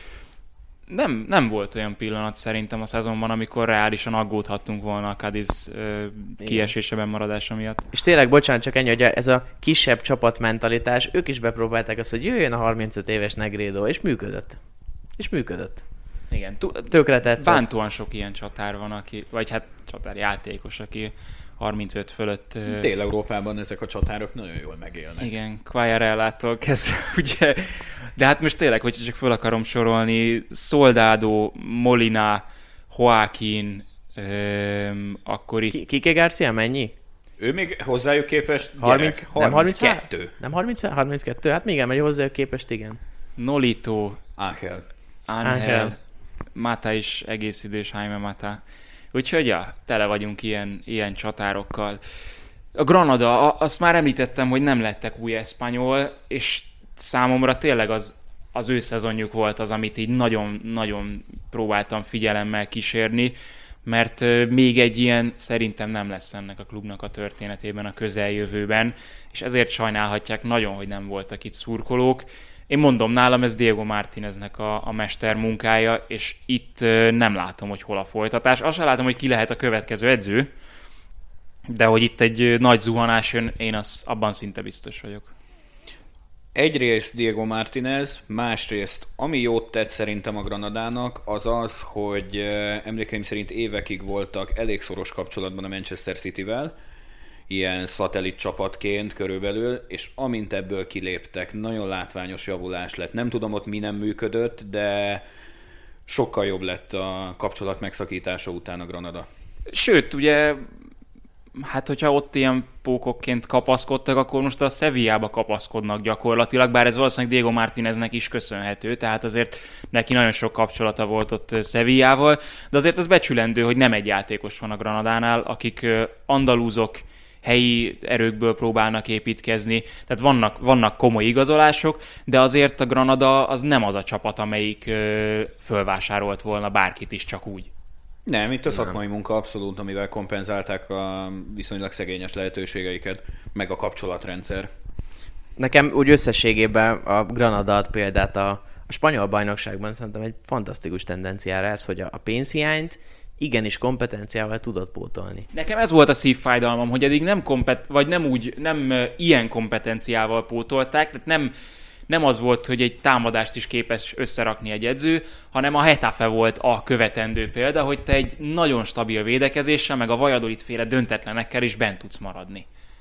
Speaker 2: nem, nem volt olyan pillanat szerintem a szezonban, amikor reálisan aggódhattunk volna a Cádiz ö, kieséseben maradása miatt.
Speaker 4: És tényleg, bocsánat, csak ennyi, hogy ez a kisebb csapatmentalitás, ők is bepróbálták azt, hogy jöjjön a harmincöt éves Negredo, és működött. És működött.
Speaker 2: Igen,
Speaker 4: tökre tetszett.
Speaker 2: Bántóan sok ilyen csatár van, aki, vagy hát csatárjátékos, aki harmincöt fölött...
Speaker 3: Dél-Európában ezek a csatárok nagyon jól megélnek.
Speaker 2: Igen, Quagliarellától kezdve, ugye. De hát most tényleg, hogyha csak föl akarom sorolni, Soldado, Molina, Joaquin, öm, akkor itt...
Speaker 4: Kike Garcia mennyi?
Speaker 3: Ő még hozzájuk képest
Speaker 4: harminc,
Speaker 3: gyerek,
Speaker 4: nem
Speaker 3: harminckettő.
Speaker 4: Nem harminc, harminckettő? Hát még elmegy hozzájuk képest, igen.
Speaker 2: Nolito,
Speaker 3: Ángel.
Speaker 2: Ángel, Mata is egész idős, Jaime Mata. Úgyhogy ja, tele vagyunk ilyen, ilyen csatárokkal. A Granada, azt már említettem, hogy nem lettek új eszpanyol, és számomra tényleg az, az ő szezonjuk volt az, amit így nagyon-nagyon próbáltam figyelemmel kísérni, mert még egy ilyen szerintem nem lesz ennek a klubnak a történetében a közeljövőben, és ezért sajnálhatják nagyon, hogy nem voltak itt szurkolók. Én mondom, nálam ez Diego Martíneznek a, a mester munkája, és itt nem látom, hogy hol a folytatás. Azt sem látom, hogy ki lehet a következő edző, de hogy itt egy nagy zuhanás jön, én az, abban szinte biztos vagyok.
Speaker 3: Egyrészt Diego Martínez, másrészt ami jót tett szerintem a Granadának, az az, hogy emlékeim szerint évekig voltak elég szoros kapcsolatban a Manchester Cityvel, ilyen szatellit csapatként körülbelül, és amint ebből kiléptek, nagyon látványos javulás lett. Nem tudom, ott mi nem működött, de sokkal jobb lett a kapcsolat megszakítása után a Granada.
Speaker 2: Sőt, ugye, hát hogyha ott ilyen pókokként kapaszkodtak, akkor most a Sevillába kapaszkodnak gyakorlatilag, bár ez valószínűleg Diego Martíneznek is köszönhető, tehát azért neki nagyon sok kapcsolata volt ott Sevillával, de azért az becsülendő, hogy nem egy játékos van a Granadánál, akik andalúzok, helyi erőkből próbálnak építkezni, tehát vannak, vannak komoly igazolások, de azért a Granada az nem az a csapat, amelyik ö, fölvásárolt volna bárkit is csak úgy.
Speaker 3: Nem, itt a szakmai munka abszolút, amivel kompenzálták a viszonylag szegényes lehetőségeiket, meg a kapcsolatrendszer.
Speaker 4: Nekem úgy összességében a Granada ad példát a, a spanyol bajnokságban, szerintem egy fantasztikus tendenciára ez, hogy a, a pénzhiányt igenis kompetenciával tudod pótolni.
Speaker 2: Nekem ez volt a szívfájdalmam, hogy eddig nem kompet, vagy nem úgy, nem uh, ilyen kompetenciával pótolták, tehát nem, nem az volt, hogy egy támadást is képes összerakni egy edző, hanem a Getafe volt a követendő példa, hogy te egy nagyon stabil védekezéssel, meg a Valladolid féle döntetlenekkel is bent tudsz maradni.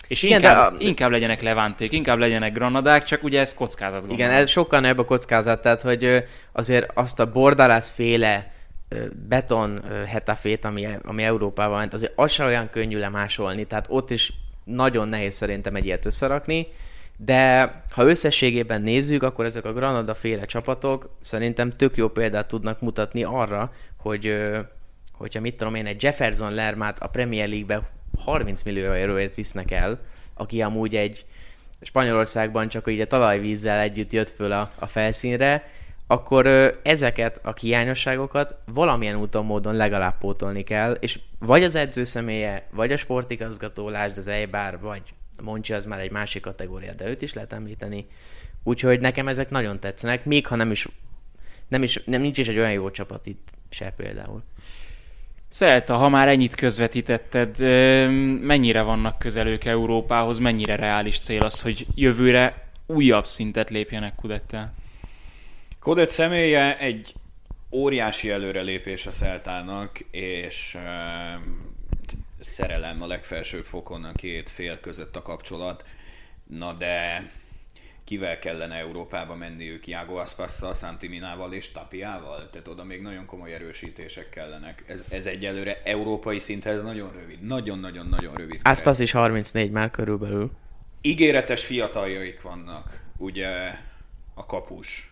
Speaker 2: És inkább, igen, a... inkább legyenek Levanték, inkább legyenek Granadák, csak ugye ez kockázat gondolom.
Speaker 4: Igen, ez sokkal nagyobb a kockázat, tehát hogy azért azt a Bordalász féle beton hetafét, ami, ami Európában ment, azért az sem olyan könnyű lemásolni, tehát ott is nagyon nehéz szerintem egy ilyet összerakni, de ha összességében nézzük, akkor ezek a Granada féle csapatok szerintem tök jó példát tudnak mutatni arra, hogy hogyha mit tudom én, egy Jefferson Lermát a Premier League-be harminc millió euróért visznek el, aki amúgy egy Spanyolországban csak így a talajvízzel együtt jött föl a, a felszínre, akkor ö, ezeket a hiányosságokat valamilyen úton, módon legalább pótolni kell, és vagy az edző személye, vagy a sportigazgató, lásd az Eibar, vagy Monchi, az már egy másik kategória, de őt is lehet említeni. Úgyhogy nekem ezek nagyon tetszenek, még ha nem is, nem is nem, nincs is egy olyan jó csapat itt se például.
Speaker 2: Szelta, ha már ennyit közvetítetted, mennyire vannak közelők Európához, mennyire reális cél az, hogy jövőre újabb szintet lépjenek Kudettel?
Speaker 3: Kudet személye egy óriási előrelépés a Celtának, és uh, szerelem a legfelsőbb fokon a két fél között a kapcsolat. Na de kivel kellene Európába menniük? Iago Aspasszal, Santi Minával és Tapiával? Tehát oda még nagyon komoly erősítések kellenek. Ez, ez egyelőre európai szinthez nagyon rövid. Nagyon-nagyon-nagyon rövid.
Speaker 4: Aspasz is harmincnégy már körülbelül.
Speaker 3: Ígéretes fiataljaik vannak. Ugye a kapus,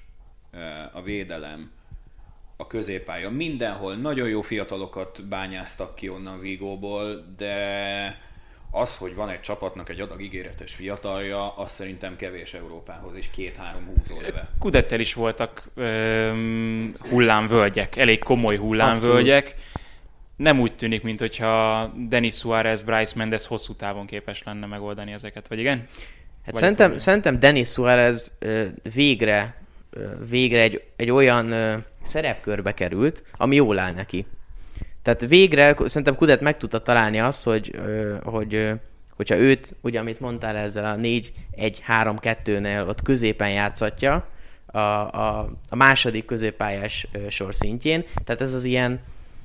Speaker 3: a védelem, a középpálya. Mindenhol nagyon jó fiatalokat bányáztak ki onnan Vigóból, de az, hogy van egy csapatnak egy adag ígéretes fiatalja, az szerintem kevés Európához is, két-három húzólöve.
Speaker 2: Kudettel is voltak öm, hullámvölgyek, elég komoly hullámvölgyek. Abszolút. Nem úgy tűnik, mintha Denis Suárez, Bryce Mendes hosszú távon képes lenne megoldani ezeket, vagy igen?
Speaker 4: Hát szerintem, szerintem Denis Suárez ö, végre, ö, végre egy, egy olyan ö, szerepkörbe került, ami jól áll neki. Tehát végre szerintem Kudet meg tudta találni azt, hogy, hogy hogyha őt, ugye amit mondtál ezzel a négy egy három kettőnél ott középen játszatja, a, a, a második középpályás sor szintjén, tehát ez az ilyen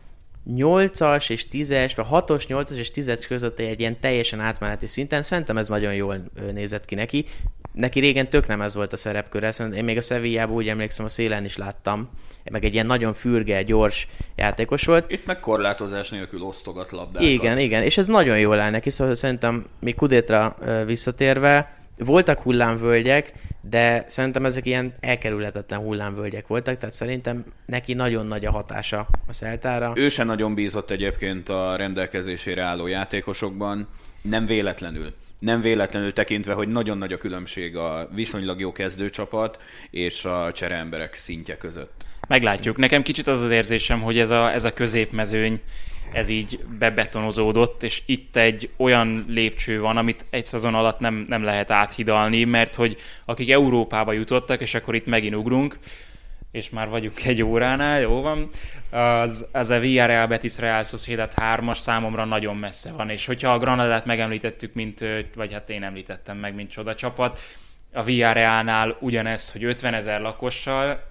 Speaker 4: nyolcas és tízes, vagy hatos, nyolcas és tízes között egy ilyen teljesen átmeneti szinten, szerintem ez nagyon jól nézett ki neki. Neki régen tök nem ez volt a szerepköre, szerintem én még a Sevillában úgy emlékszem, a szélen is láttam, meg egy ilyen nagyon fürge, gyors játékos volt.
Speaker 3: Itt meg korlátozás nélkül osztogat labdákat.
Speaker 4: Igen, igen, és ez nagyon jól áll neki, szóval szerintem még Kudetra visszatérve, voltak hullámvölgyek, de szerintem ezek ilyen elkerülhetetlen hullámvölgyek voltak, tehát szerintem neki nagyon nagy a hatása a Celtára.
Speaker 3: Ő sem nagyon bízott egyébként a rendelkezésére álló játékosokban, nem véletlenül. Nem véletlenül tekintve, hogy nagyon nagy a különbség a viszonylag jó kezdőcsapat és a csereemberek szintje között.
Speaker 2: Meglátjuk. Nekem kicsit az az érzésem, hogy ez a, ez a középmezőny, ez így bebetonozódott, és itt egy olyan lépcső van, amit egy szezon alatt nem, nem lehet áthidalni, mert hogy akik Európába jutottak, és akkor itt megint ugrunk, és már vagyunk egy óránál, jó van, az, az a Villarreal Betis Real Sociedad hármas számomra nagyon messze van, és hogyha a Granadát megemlítettük, mint, vagy hát én említettem meg, mint csodacsapat, a Villarrealnál ugyanez, hogy ötvenezer lakossal,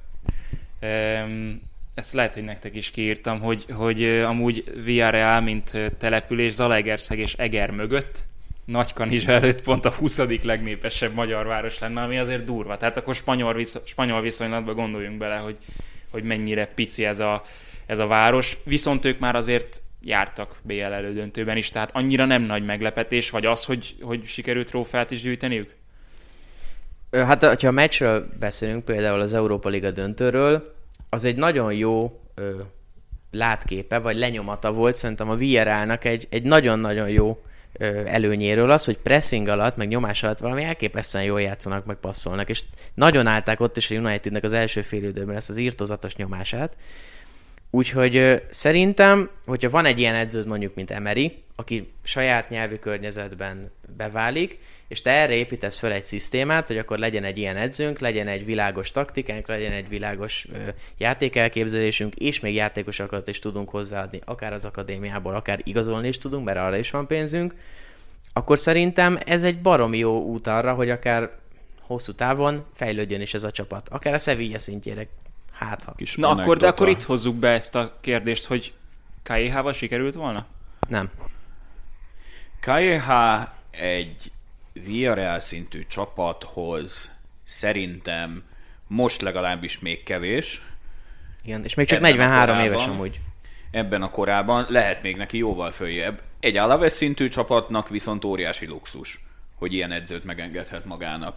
Speaker 2: ezt lehet, hogy nektek is kiírtam, hogy, hogy amúgy Villarreal, mint település Zalaegerszeg és Eger mögött, Nagykanizsa előtt pont a huszadik legnépesebb magyar város lenne, ami azért durva. Tehát akkor spanyol, visz- spanyol viszonylatban gondoljunk bele, hogy, hogy mennyire pici ez a, ez a város. Viszont ők már azért jártak bé el elődöntőben is, tehát annyira nem nagy meglepetés, vagy az, hogy, hogy sikerült trófeát is gyűjteniük?
Speaker 4: Hát, ha a meccsről beszélünk, például az Európa Liga döntőről, az egy nagyon jó ö, látképe, vagy lenyomata volt szerintem a Villarrealnak egy, egy nagyon-nagyon jó ö, előnyéről az, hogy pressing alatt, meg nyomás alatt valami elképesztően jól játszanak, meg passzolnak, és nagyon állták ott is a Unitednek az első fél időben ezt az írtózatos nyomását. Úgyhogy ö, szerintem, hogyha van egy ilyen edződ mondjuk, mint Emery, aki saját nyelvi környezetben beválik, és te erre építesz fel egy szisztémát, hogy akkor legyen egy ilyen edzőnk, legyen egy világos taktikánk, legyen egy világos ö, játékelképzelésünk, és még játékosokat is tudunk hozzáadni, akár az akadémiából, akár igazolni is tudunk, mert arra is van pénzünk, akkor szerintem ez egy baromi jó út arra, hogy akár hosszú távon fejlődjön is ez a csapat. Akár a Sevilla szintjére. Hát, ha.
Speaker 2: Na akkor, de akkor itt hozzuk be ezt a kérdést, hogy ká jé hával sikerült volna?
Speaker 4: Nem.
Speaker 3: ká jé há egy Villarreal szintű csapathoz szerintem most legalábbis még kevés.
Speaker 4: Igen, és még csak
Speaker 3: Ebben
Speaker 4: negyvenhárom
Speaker 3: a
Speaker 4: éves
Speaker 3: korában-
Speaker 4: amúgy.
Speaker 3: Ebben a korában lehet még neki jóval följebb. Egy Alaves szintű csapatnak viszont óriási luxus, hogy ilyen edzőt megengedhet magának.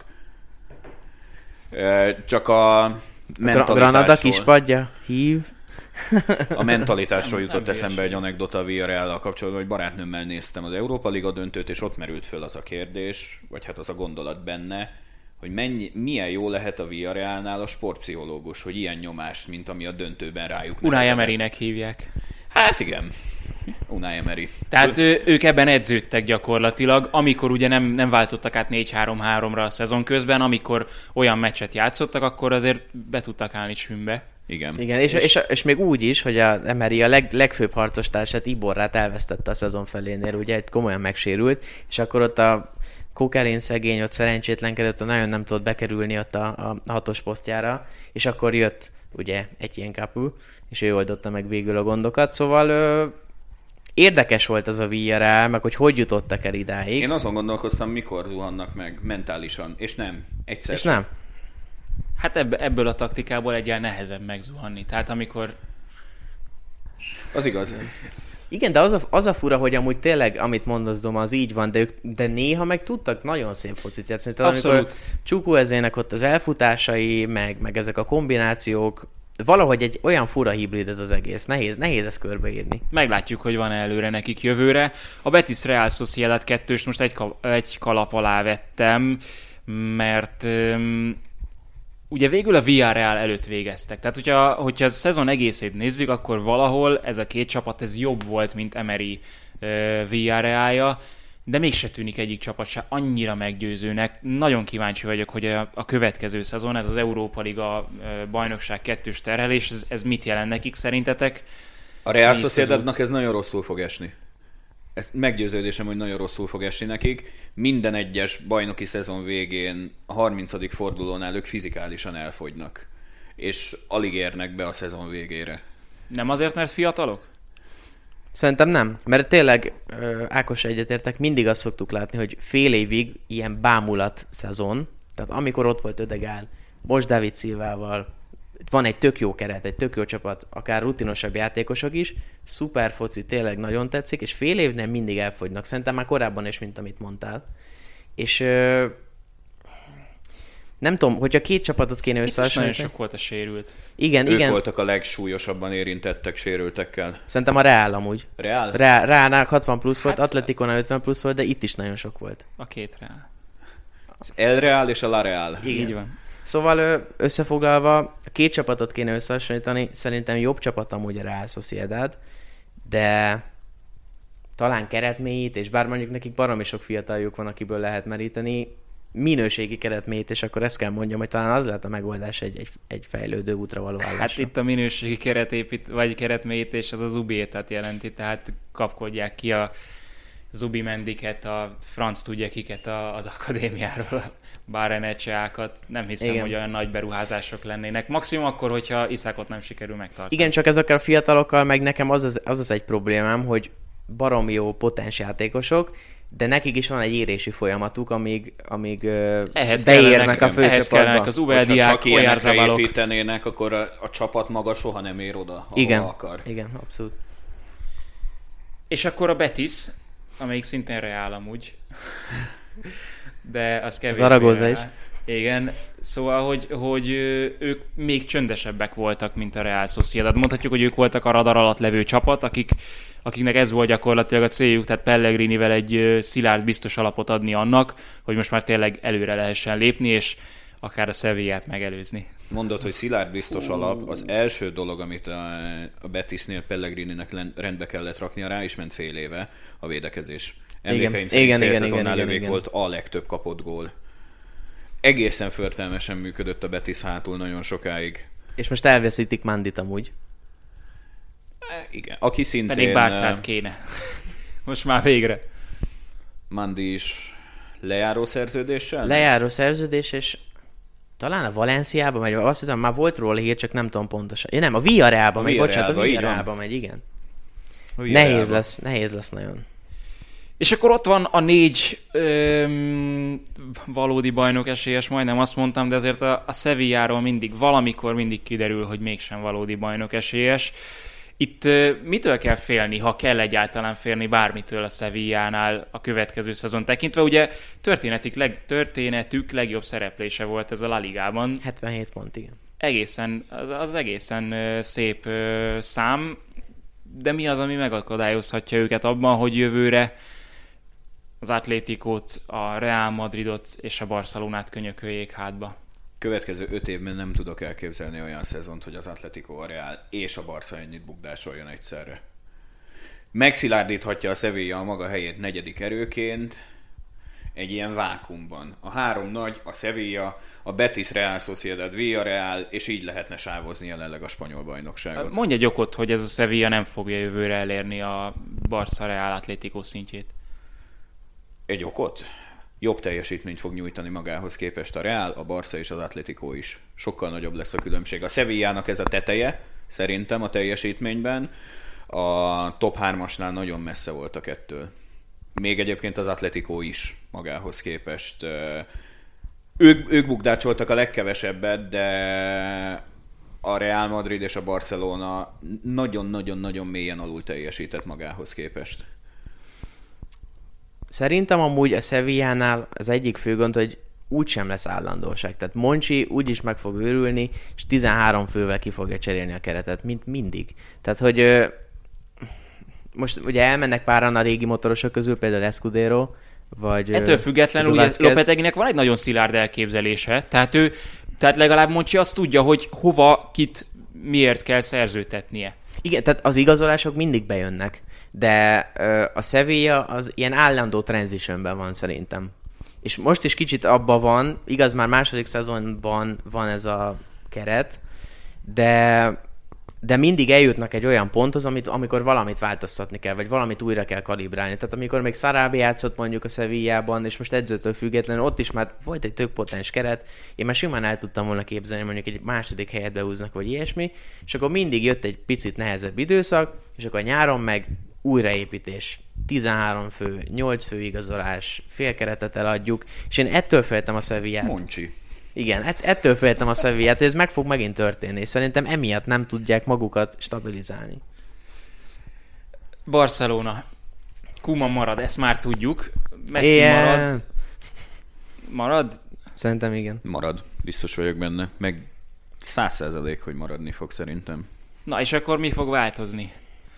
Speaker 3: Ö, Csak a
Speaker 4: Granada
Speaker 3: mentalitásról,
Speaker 4: kispadja, hív.
Speaker 3: a mentalitásról
Speaker 2: Nem-
Speaker 3: jutott
Speaker 2: nem
Speaker 3: eszembe egy
Speaker 2: hülyeség.
Speaker 3: anekdota a Villarreal-al kapcsolatban, hogy barátnőmmel néztem az Európa Liga döntőt, és ott merült föl az a kérdés, vagy hát az a gondolat benne, hogy mennyi, milyen jó lehet a Villarrealnál a sportpszichológus, hogy ilyen nyomást, mint ami a döntőben rájuk
Speaker 2: Unai
Speaker 3: nehezedett.
Speaker 2: Emerynek hívják.
Speaker 3: Hát igen. Unai Emery.
Speaker 2: Tehát ő, ők ebben edződtek gyakorlatilag, amikor ugye nem, nem váltottak át négy három háromra a szezon közben, amikor olyan meccset játszottak, akkor azért be tudtak állni csümbe.
Speaker 3: Igen.
Speaker 4: Igen, és, és, és, és még úgy is, hogy az Emery a leg, legfőbb harcos társát, Iborrát elvesztette a szezon felénél, ugye komolyan megsérült, és akkor ott a Kokelin szegény ott szerencsétlenkedett, nagyon nem tudott bekerülni ott a, a hatos posztjára, és akkor jött ugye egy ilyen kapu, és ő oldotta meg végül a gondokat, szóval ö, érdekes volt az a Villarreal, meg hogy hogy jutottak el idáig.
Speaker 3: Én azon gondolkoztam, mikor zuhannak meg mentálisan, és nem. Egyszer
Speaker 4: És
Speaker 3: sem.
Speaker 4: nem.
Speaker 2: Hát ebb, ebből a taktikából egyáltalán nehezebb megzuhanni. Tehát amikor
Speaker 3: Az igaz.
Speaker 4: Igen, de az a, az a fura, hogy amúgy tényleg, amit mondasz, Doma, az így van, de, ők, de néha meg tudtak nagyon szép focit játszani. Tehát amikor
Speaker 2: Abszolút.
Speaker 4: Chukwuezének ott az elfutásai, meg, meg ezek a kombinációk, valahogy egy olyan fura hibrid ez az egész. Nehéz, nehéz ezt körbeírni.
Speaker 2: meglátjuk, hogy van előre nekik jövőre. A Betis Real Sociedad kettőst most egy, ka- egy kalap alá vettem, mert um, ugye végül a Villarreal előtt végeztek. Tehát, hogyha, hogyha a szezon egészét nézzük, akkor valahol ez a két csapat ez jobb volt, mint Emery uh, Villarrealja, de mégse tűnik egyik csapat se annyira meggyőzőnek. Nagyon kíváncsi vagyok, hogy a, a következő szezon, ez az Európa Liga uh, bajnokság kettős terhelés, ez, ez mit jelent nekik szerintetek?
Speaker 3: A Real
Speaker 2: Mi
Speaker 3: Sociedadnak
Speaker 2: között?
Speaker 3: ez nagyon rosszul fog esni. Ez meggyőződésem, hogy nagyon rosszul fog esni nekik. Minden egyes bajnoki szezon végén a harmincadik fordulónál ők fizikálisan elfogynak. És alig érnek be a szezon végére.
Speaker 2: Nem azért, mert fiatalok?
Speaker 4: Szerintem nem, mert tényleg ö, Ákos egyetértek, mindig azt szoktuk látni, hogy fél évig ilyen bámulat szezon, tehát amikor ott volt Ödegaard, most David Silvával, itt van egy tök jó keret, egy tök jó csapat, akár rutinosabb játékosok is, szuper foci, tényleg nagyon tetszik, és fél évnél mindig elfogynak, szerintem már korábban is, mint amit mondtál. És ö, nem tudom, hogyha két csapatot kéne
Speaker 2: Itt is nagyon
Speaker 4: összehasonlítani.
Speaker 2: sok volt a sérült.
Speaker 4: Igen,
Speaker 3: Ők
Speaker 4: igen,
Speaker 3: voltak a legsúlyosabban érintettek sérültekkel.
Speaker 4: szerintem a Real amúgy.
Speaker 3: Real?
Speaker 4: Real, Realnál hatvan plusz volt,
Speaker 2: Hát-
Speaker 4: Atleticonál ötven plusz volt, de itt is nagyon sok volt.
Speaker 2: A két Real.
Speaker 3: Az El Real és a La Real.
Speaker 4: Igen.
Speaker 2: Így van.
Speaker 4: Szóval ö, összefoglalva, a két csapatot kéne összehasonlítani, szerintem jobb csapat amúgy a Real Sociedad, de talán keretmélyít, bár mondjuk nekik baromi sok fiataljuk van, akiből lehet meríteni, minőségi keretmélyít, és akkor ezt kell mondjam, hogy talán az lehet a megoldás egy, egy, egy fejlődő útra való állásra.
Speaker 2: Hát itt a minőségi keretépít, vagy keretmélyítés az az Zubiétet jelenti, tehát kapkodják ki a Zubimendiket, a franc tudja kiket a, az akadémiáról, a Bárenecseákat. Nem hiszem,
Speaker 4: Igen.
Speaker 2: hogy olyan nagy beruházások lennének. Maximum akkor, hogyha Iszákot nem sikerül megtartani.
Speaker 4: Igen, csak ezekkel a fiatalokkal meg nekem az az, az az egy problémám, hogy baromi jó potens játékosok, de nekik is van egy érési folyamatuk, amíg, amíg ö,
Speaker 2: Ehhez
Speaker 4: beérnek
Speaker 2: kellenek,
Speaker 4: a
Speaker 2: ehhez
Speaker 4: főcsoportba.
Speaker 2: kellenek az
Speaker 3: Hogyha
Speaker 2: Ubeldiák,
Speaker 3: csak ilyenekre
Speaker 2: Oyarzabálok.
Speaker 3: építenének, akkor a, a csapat maga soha nem ér oda, ahol
Speaker 4: Igen,
Speaker 3: akar.
Speaker 4: igen, abszolút.
Speaker 2: És akkor a Betis, amelyik szintén Reál amúgy. De az kevésbé
Speaker 4: Zaragoza
Speaker 2: Reál.
Speaker 4: is.
Speaker 2: Igen, szóval, hogy, hogy ö, ők még csöndesebbek voltak, mint a Real Sociedad. Mondhatjuk, hogy ők voltak a radar alatt levő csapat, akik, akiknek ez volt gyakorlatilag a céljuk, tehát Pellegrinivel egy ö, szilárd, biztos alapot adni annak, hogy most már tényleg előre lehessen lépni, és akár a Sevillát megelőzni.
Speaker 3: Mondod, hogy szilárd biztos alap, az első dolog, amit a, a Betisnél Pellegrininek len- rendbe kellett raknia, rá is ment fél éve a védekezés. Emlékeim szerint
Speaker 4: Igen,
Speaker 3: fél
Speaker 4: igen,
Speaker 3: szezonnál
Speaker 4: igen, igen,
Speaker 3: övék
Speaker 4: igen.
Speaker 3: volt a legtöbb kapott gól. Egészen förtelmesen működött a Betis hátul nagyon sokáig.
Speaker 4: És most elveszítik Mandit amúgy.
Speaker 3: E, igen, aki szintén...
Speaker 2: Pedig Bártrát
Speaker 3: eh,
Speaker 2: kéne. Most már végre.
Speaker 3: Mandi is lejáró szerződéssel?
Speaker 4: Lejáró szerződés, és talán a Valenciába megy, azt hiszem már volt róla hír, csak nem tudom pontosan. Ja nem, a Villarrealba
Speaker 3: A
Speaker 4: megy, bocsánat, a
Speaker 3: Villarrealba, így van.
Speaker 4: Villarrealba megy, igen.
Speaker 3: Villarrealba.
Speaker 4: Nehéz lesz, nehéz lesz nagyon.
Speaker 2: És akkor ott van a négy öm, valódi bajnok esélyes, majdnem azt mondtam, de azért a, a Sevilláról mindig, valamikor mindig kiderül, hogy mégsem valódi bajnok esélyes. Itt ö, mitől kell félni, ha kell egyáltalán félni bármitől a Sevillánál a következő szezon tekintve? Ugye történetük, leg, történetük legjobb szereplése volt ez a La Ligában.
Speaker 4: hetvenhét pont, igen.
Speaker 2: Egészen, az, az egészen ö, szép ö, szám, de mi az, ami megakadályozhatja őket abban, hogy jövőre az Atléticót, a Real Madridot és a Barcelonát könyököljék hátba?
Speaker 3: Következő öt évben nem tudok elképzelni olyan szezont, hogy az Atlético, a Real és a Barca ennyit bukdásoljon egyszerre. Megszilárdíthatja a Sevilla a maga helyét negyedik erőként egy ilyen vákumban. A három nagy, a Sevilla, a Betis, Real Sociedad, Villarreal, és így lehetne sávozni jelenleg a spanyol bajnokságot.
Speaker 2: Mondj egy okot, hogy ez a Sevilla nem fogja jövőre elérni a Barca Real Atlético szintjét.
Speaker 3: Egy okot? Jobb teljesítményt fog nyújtani magához képest a Real, a Barca és az Atlético is. Sokkal nagyobb lesz a különbség. A Sevillának ez a teteje, szerintem a teljesítményben. A top hármasnál nagyon messze voltak ettől. Még egyébként az Atlético is magához képest. Ők, ők bukdácsoltak a legkevesebbet, de a Real Madrid és a Barcelona nagyon-nagyon-nagyon mélyen alul teljesített magához képest.
Speaker 4: Szerintem amúgy a Sevillánál az egyik fő gond, hogy úgysem lesz állandóság. Tehát Monchi úgyis meg fog őrülni, és tizenhárom fővel ki fogja cserélni a keretet, mint mindig. Tehát, hogy ö, most ugye elmennek páran a régi motorosok közül, például Escudero, vagy
Speaker 2: ettől függetlenül ugye Lopeteginek van egy nagyon szilárd elképzelése, tehát ő, tehát legalább Monchi azt tudja, hogy hova, kit, miért kell szerződtetnie.
Speaker 4: Igen, tehát az igazolások mindig bejönnek, de ö, a Sevilla az ilyen állandó transitionben van szerintem. És most is kicsit abban van, igaz, már második szezonban van ez a keret, de, de mindig eljutnak egy olyan ponthoz, amit, amikor valamit változtatni kell, vagy valamit újra kell kalibrálni. Tehát amikor még Sarabia játszott mondjuk a Sevillában, és most edzőtől függetlenül, ott is már volt egy tök potens keret, én már simán el tudtam volna képzelni, mondjuk egy második helyet behúznak, vagy ilyesmi, és akkor mindig jött egy picit nehezebb időszak, és akkor nyáron meg újraépítés. tizenhárom fő, nyolc fő igazolás, fél keretet eladjuk, és én ettől féltem a Sevillát.
Speaker 3: Monchi.
Speaker 4: Igen, ett, ettől féltem a Sevillát, hogy ez meg fog megint történni, és szerintem emiatt nem tudják magukat stabilizálni.
Speaker 2: Barcelona. Koeman marad, ezt már tudjuk. Messi
Speaker 4: Igen.
Speaker 2: marad. Marad?
Speaker 4: Szerintem igen.
Speaker 3: Marad, biztos vagyok benne. Meg száz százalék, hogy maradni fog szerintem.
Speaker 2: Na és akkor mi fog változni?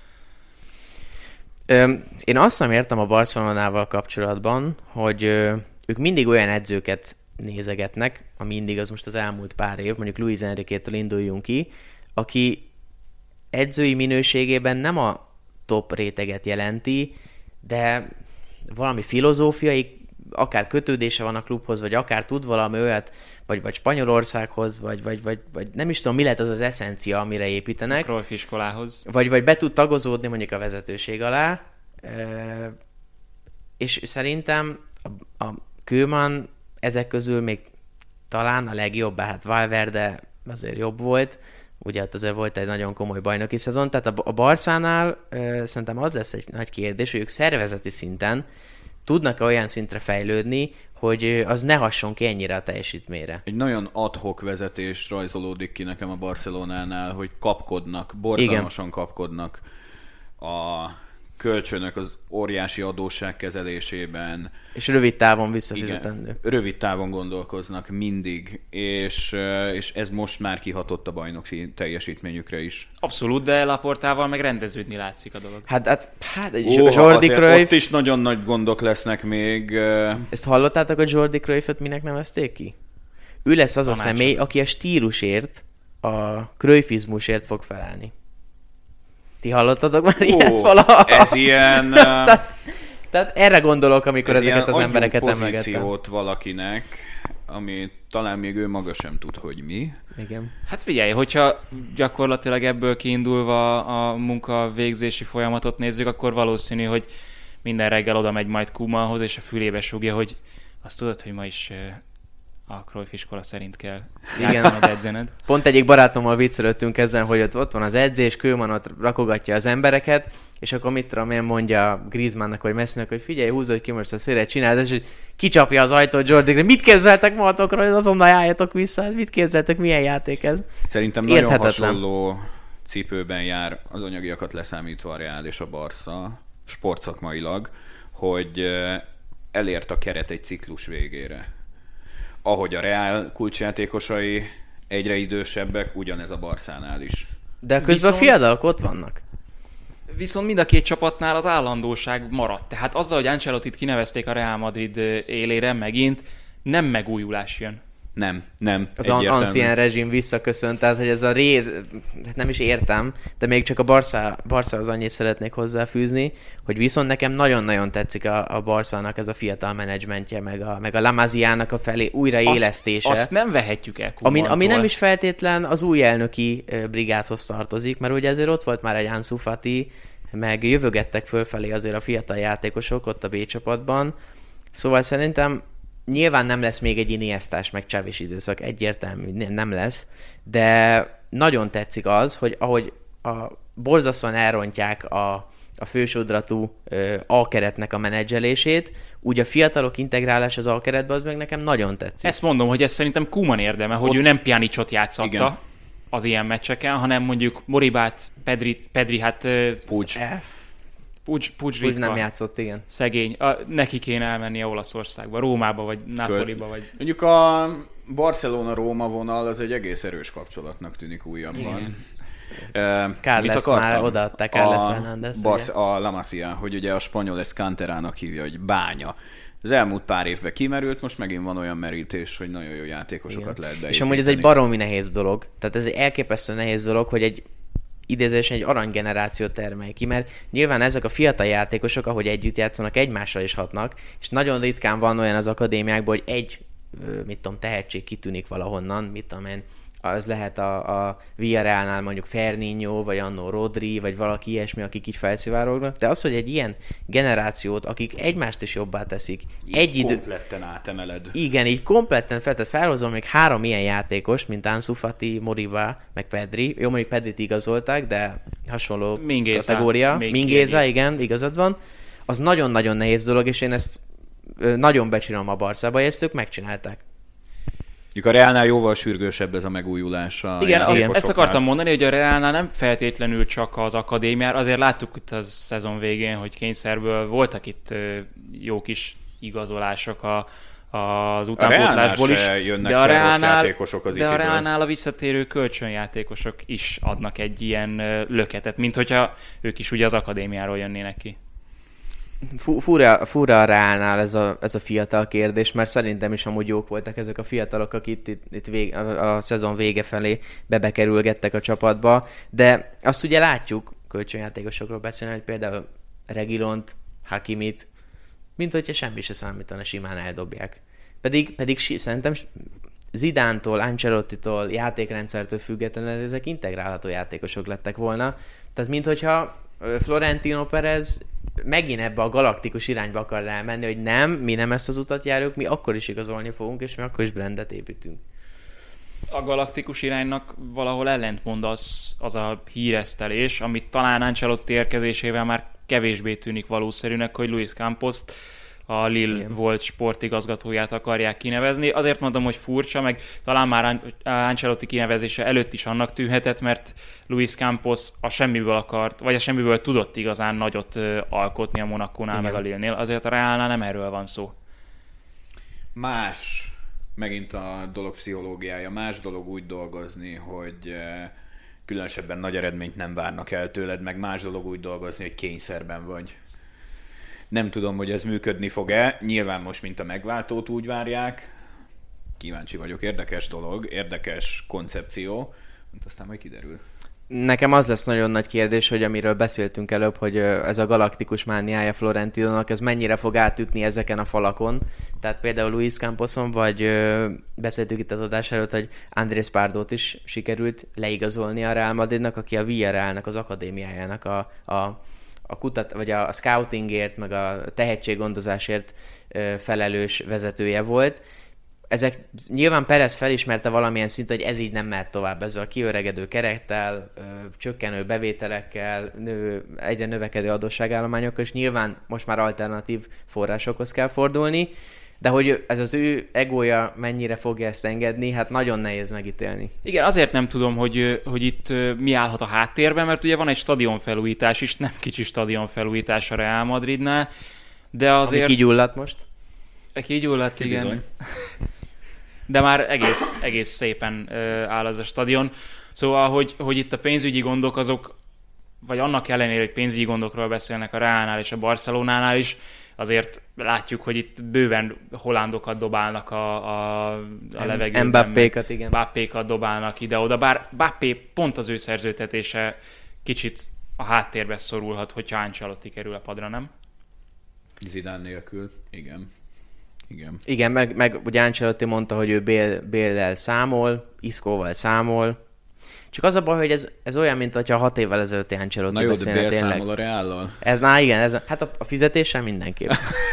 Speaker 4: Ö, én azt nem értem a Barcelonával kapcsolatban, hogy ö, ők mindig olyan edzőket nézegetnek, ami mindig az most az elmúlt pár év, mondjuk Luis Enriquétől induljunk ki, aki edzői minőségében nem a top réteget jelenti, de valami filozófiai, akár kötődése van a klubhoz, vagy akár tud valami olyat, vagy, vagy Spanyolországhoz, vagy, vagy, vagy, vagy nem is tudom, mi lehet az az eszencia, amire építenek.
Speaker 2: Cruyff iskolához.
Speaker 4: Vagy, vagy be tud tagozódni mondjuk a vezetőség alá. E- és szerintem a, a Koeman ezek közül még talán a legjobb, hát Valverde azért jobb volt, ugye ott azért volt egy nagyon komoly bajnoki szezon, tehát a, a Barszánál e- szerintem az lesz egy nagy kérdés, hogy ők szervezeti szinten tudnak olyan szintre fejlődni, hogy az ne hasson ki ennyire a teljesítményre.
Speaker 3: Egy nagyon ad-hoc vezetés rajzolódik ki nekem a Barcelonánál, hogy kapkodnak, borzalmasan Igen. kapkodnak a kölcsönök az óriási adósság kezelésében.
Speaker 4: És rövid távon visszafizetendő.
Speaker 3: Igen, rövid távon gondolkoznak mindig, és, és ez most már kihatott a bajnoki teljesítményükre is.
Speaker 2: Abszolút, de Laportával meg rendeződni látszik a dolog.
Speaker 4: Hát, hát, hát
Speaker 3: Ó, Jordi Cruyff... Ott is nagyon nagy gondok lesznek még.
Speaker 4: Ezt hallottátok, hogy Jordi Cruyffot minek nevezték ki? Ő lesz az Tanácsa. a személy, aki a stílusért, a cruyffizmusért fog felállni. Ti hallottatok már Ó, ilyet valaha?
Speaker 3: Ez ilyen...
Speaker 4: tehát, tehát erre gondolok, amikor ezeket az embereket emlegettem.
Speaker 3: pozíciót valakinek, ami talán még ő maga sem tud, hogy mi.
Speaker 4: Igen.
Speaker 2: Hát figyelj, hogyha gyakorlatilag ebből kiindulva a munka végzési folyamatot nézzük, akkor valószínű, hogy minden reggel oda megy majd Koemanhoz, és a fülébe súgja, hogy azt tudod, hogy ma is a Cruyff iskola szerint kell
Speaker 4: Igen.
Speaker 2: játszanod, edzened.
Speaker 4: Pont egyik barátommal viccelődtünk ezen, hogy ott, ott van az edzés, Koeman ott rakogatja az embereket, és akkor mit tudom én, mondja Griezmannnak vagy Messinek, hogy figyelj, húzod ki most a szélet, csináld, és kicsapja az ajtót Jordigra. Mit képzeltek magatokra, hogy azonnal álljatok vissza? Mit képzeltek, milyen játék ez?
Speaker 3: Szerintem nagyon hasonló cipőben jár, az anyagiakat leszámítva a Real és a Barca sportszakmailag, hogy elért a keret egy ciklus végére. Ahogy a Real kulcsjátékosai egyre idősebbek, ugyanez a Barcánál is.
Speaker 4: De közben
Speaker 2: Viszont...
Speaker 4: a fiatalok ott vannak.
Speaker 2: Viszont mind a két csapatnál az állandóság maradt. Tehát azzal, hogy Ancelottit kinevezték a Real Madrid élére megint, nem megújulás jön.
Speaker 3: Nem, nem.
Speaker 4: Az ancien rezsim visszaköszönt, tehát hogy ez a rész, nem is értem, de még csak a Barca, Barcahoz annyit szeretnék hozzáfűzni, hogy viszont nekem nagyon-nagyon tetszik a, a Barszának ez a fiatal menedzsmentje, meg a, meg a La Masia-nak a felé újraélesztése.
Speaker 2: Azt, azt nem vehetjük el
Speaker 4: ami, ami nem is feltétlen az új elnöki brigádhoz tartozik, mert ugye azért ott volt már egy Ansu Fati, meg jövögettek fölfelé azért a fiatal játékosok ott a B csapatban, szóval szerintem nyilván nem lesz még egy Iniestás meg Xavis időszak, egyértelmű, nem lesz, de nagyon tetszik az, hogy ahogy a borzasztóan elrontják a, a fősodratú ö, A-keretnek a menedzselését, úgy a fiatalok integrálás az A-keretbe, az meg nekem nagyon tetszik.
Speaker 2: Ezt mondom, hogy ez szerintem Koeman érdeme, hogy Ott... ő nem Pjanicsot játszatta Igen. az ilyen meccseken, hanem mondjuk Moribát, Pedri, Pedri hát...
Speaker 3: Pucs.
Speaker 2: Pucs, Pucs
Speaker 4: Pucs nem játszott, igen.
Speaker 2: Szegény. A, neki kéne elmennie Olaszországba, Rómába, vagy Napoliba, vagy...
Speaker 3: Mondjuk a Barcelona-Róma vonal az egy egész erős kapcsolatnak tűnik újabban.
Speaker 4: Uh, Carles már odaadták Carles Fernández.
Speaker 3: Barc- a La Masia, hogy ugye a spanyol ezt Canterának hívja, hogy bánya. Az elmúlt pár évben kimerült, most megint van olyan merítés, hogy nagyon jó játékosokat Igen. lehet beépíteni.
Speaker 4: És amúgy ez egy baromi nehéz dolog. Tehát ez egy elképesztő nehéz dolog, hogy egy idézősen egy aranygenerációt termelj ki, mert nyilván ezek a fiatal játékosok, ahogy együtt játszanak, egymással is hatnak, és nagyon ritkán van olyan az akadémiákban, hogy egy, mit tudom, tehetség kitűnik valahonnan, mit tudom én, az lehet a, a Villarrealnál mondjuk Ferninho, vagy annó Rodri, vagy valaki ilyesmi, akik így felszivárognak, de az, hogy egy ilyen generációt, akik egymást is jobbá teszik,
Speaker 3: így
Speaker 4: egy idő...
Speaker 3: kompletten átemeled.
Speaker 4: Igen, így kompletten fel, tehát felhozom még három ilyen játékos, mint Ansu Fati, Moriba, meg Pedri. Jó, mondjuk Pedrit igazolták, de hasonló
Speaker 2: Mingueza,
Speaker 4: kategória. Mingueza, igen, igazad van. Az nagyon-nagyon nehéz dolog, és én ezt nagyon becsülöm a Barszába, és ezt ők megcsinálták.
Speaker 3: A Realnál jóval sürgősebb ez a megújulás. A
Speaker 2: Igen, az, ezt akartam mondani, hogy a Realnál nem feltétlenül csak az akadémiára, azért láttuk itt a szezon végén, hogy kényszerből voltak itt jó kis igazolások a, az utánpótlásból is,
Speaker 3: de a Realnál, az
Speaker 2: de a Realnál a visszatérő kölcsönjátékosok is adnak egy ilyen löketet, mint hogyha ők is ugye az akadémiáról jönnének ki.
Speaker 4: Fura, fura a Reálnál ez a, ez a fiatal kérdés, mert szerintem is amúgy jók voltak ezek a fiatalok, akik itt, itt vég, a, a szezon vége felé bebekerülgettek a csapatba, de azt ugye látjuk, kölcsönjátékosokról beszélni, hogy például Reguilont, Hakimit, mint hogyha semmi se számítana, simán eldobják. Pedig, pedig szerintem Zidántól, Ancelottitól, játékrendszertől függetlenül ezek integrálható játékosok lettek volna. Tehát mint hogyha Florentino Perez megint ebbe a galaktikus irányba akar elmenni, hogy nem, mi nem ezt az utat járjuk, mi akkor is igazolni fogunk, és mi akkor is brandet építünk.
Speaker 2: A galaktikus iránynak valahol ellentmond az, az a híresztelés, amit talán Ancelotti érkezésével már kevésbé tűnik valószínűnek, hogy Luis Campost, a Lille Igen. volt sportigazgatóját akarják kinevezni. Azért mondom, hogy furcsa, meg talán már Ancelotti kinevezése előtt is annak tűnhetett, mert Luis Campos a semmiből akart, vagy a semmiből tudott igazán nagyot alkotni a Monacónál, meg a Lille-nél. Azért a Realnál nem erről van szó.
Speaker 3: Más, megint a dolog pszichológiája, más dolog úgy dolgozni, hogy különösebben nagy eredményt nem várnak el tőled, meg más dolog úgy dolgozni, hogy kényszerben vagy. Nem tudom, hogy ez működni fog-e. Nyilván most, mint a megváltót úgy várják. Kíváncsi vagyok. Érdekes dolog, érdekes koncepció. Aztán majd kiderül.
Speaker 4: Nekem az lesz nagyon nagy kérdés, hogy amiről beszéltünk előbb, hogy ez a galaktikus mániája Florentinonak, ez mennyire fog átütni ezeken a falakon. Tehát például Luis Camposon, vagy beszéltük itt az adás előtt, hogy Andrés Pardót is sikerült leigazolni a Real Madridnak, aki a Villarrealnak, az akadémiájának a, a a kutat, vagy a scoutingért, meg a tehetséggondozásért felelős vezetője volt. ezek nyilván Perez felismerte valamilyen szinten, hogy ez így nem mehet tovább ezzel a kiöregedő kerettel, ö, csökkenő bevételekkel, nő, egyre növekedő adósságállományokkal, és nyilván most már alternatív forrásokhoz kell fordulni, de hogy ez az ő egója mennyire fogja ezt engedni, hát nagyon nehéz megítélni.
Speaker 2: Igen, azért nem tudom, hogy, hogy itt mi állhat a háttérben, mert ugye van egy stadionfelújítás is, nem kicsi stadionfelújítás a Real Madridnál, de azért...
Speaker 4: Ami kigyulladt most?
Speaker 2: Kigyulladt, igen. Bizony. De már egész, egész szépen áll az a stadion. Szóval, hogy, hogy itt a pénzügyi gondok azok, vagy annak ellenére, hogy pénzügyi gondokról beszélnek a Realnál és a Barcelonánál is, azért látjuk, hogy itt bőven hollandokat dobálnak a, a, a levegőben.
Speaker 4: Mbappékat, igen.
Speaker 2: Mbappékat dobálnak ide-oda, bár Mbappé pont az ő szerződtetése kicsit a háttérbe szorulhat, hogyha Ancelotti kerül a padra, nem?
Speaker 3: Zidane nélkül, igen. Igen,
Speaker 4: igen meg, meg ugye Ancelotti mondta, hogy ő Bél, Béllel számol, Iscoval számol. Csak az a baj, hogy ez, ez olyan, mint hogyha hat évvel ezelőtti Ancelotti
Speaker 3: beszélne.
Speaker 4: Na
Speaker 3: jó, de Bél számol a Reállal.
Speaker 4: Ez, na igen, ez, hát a, a fizetéssel mindenképp.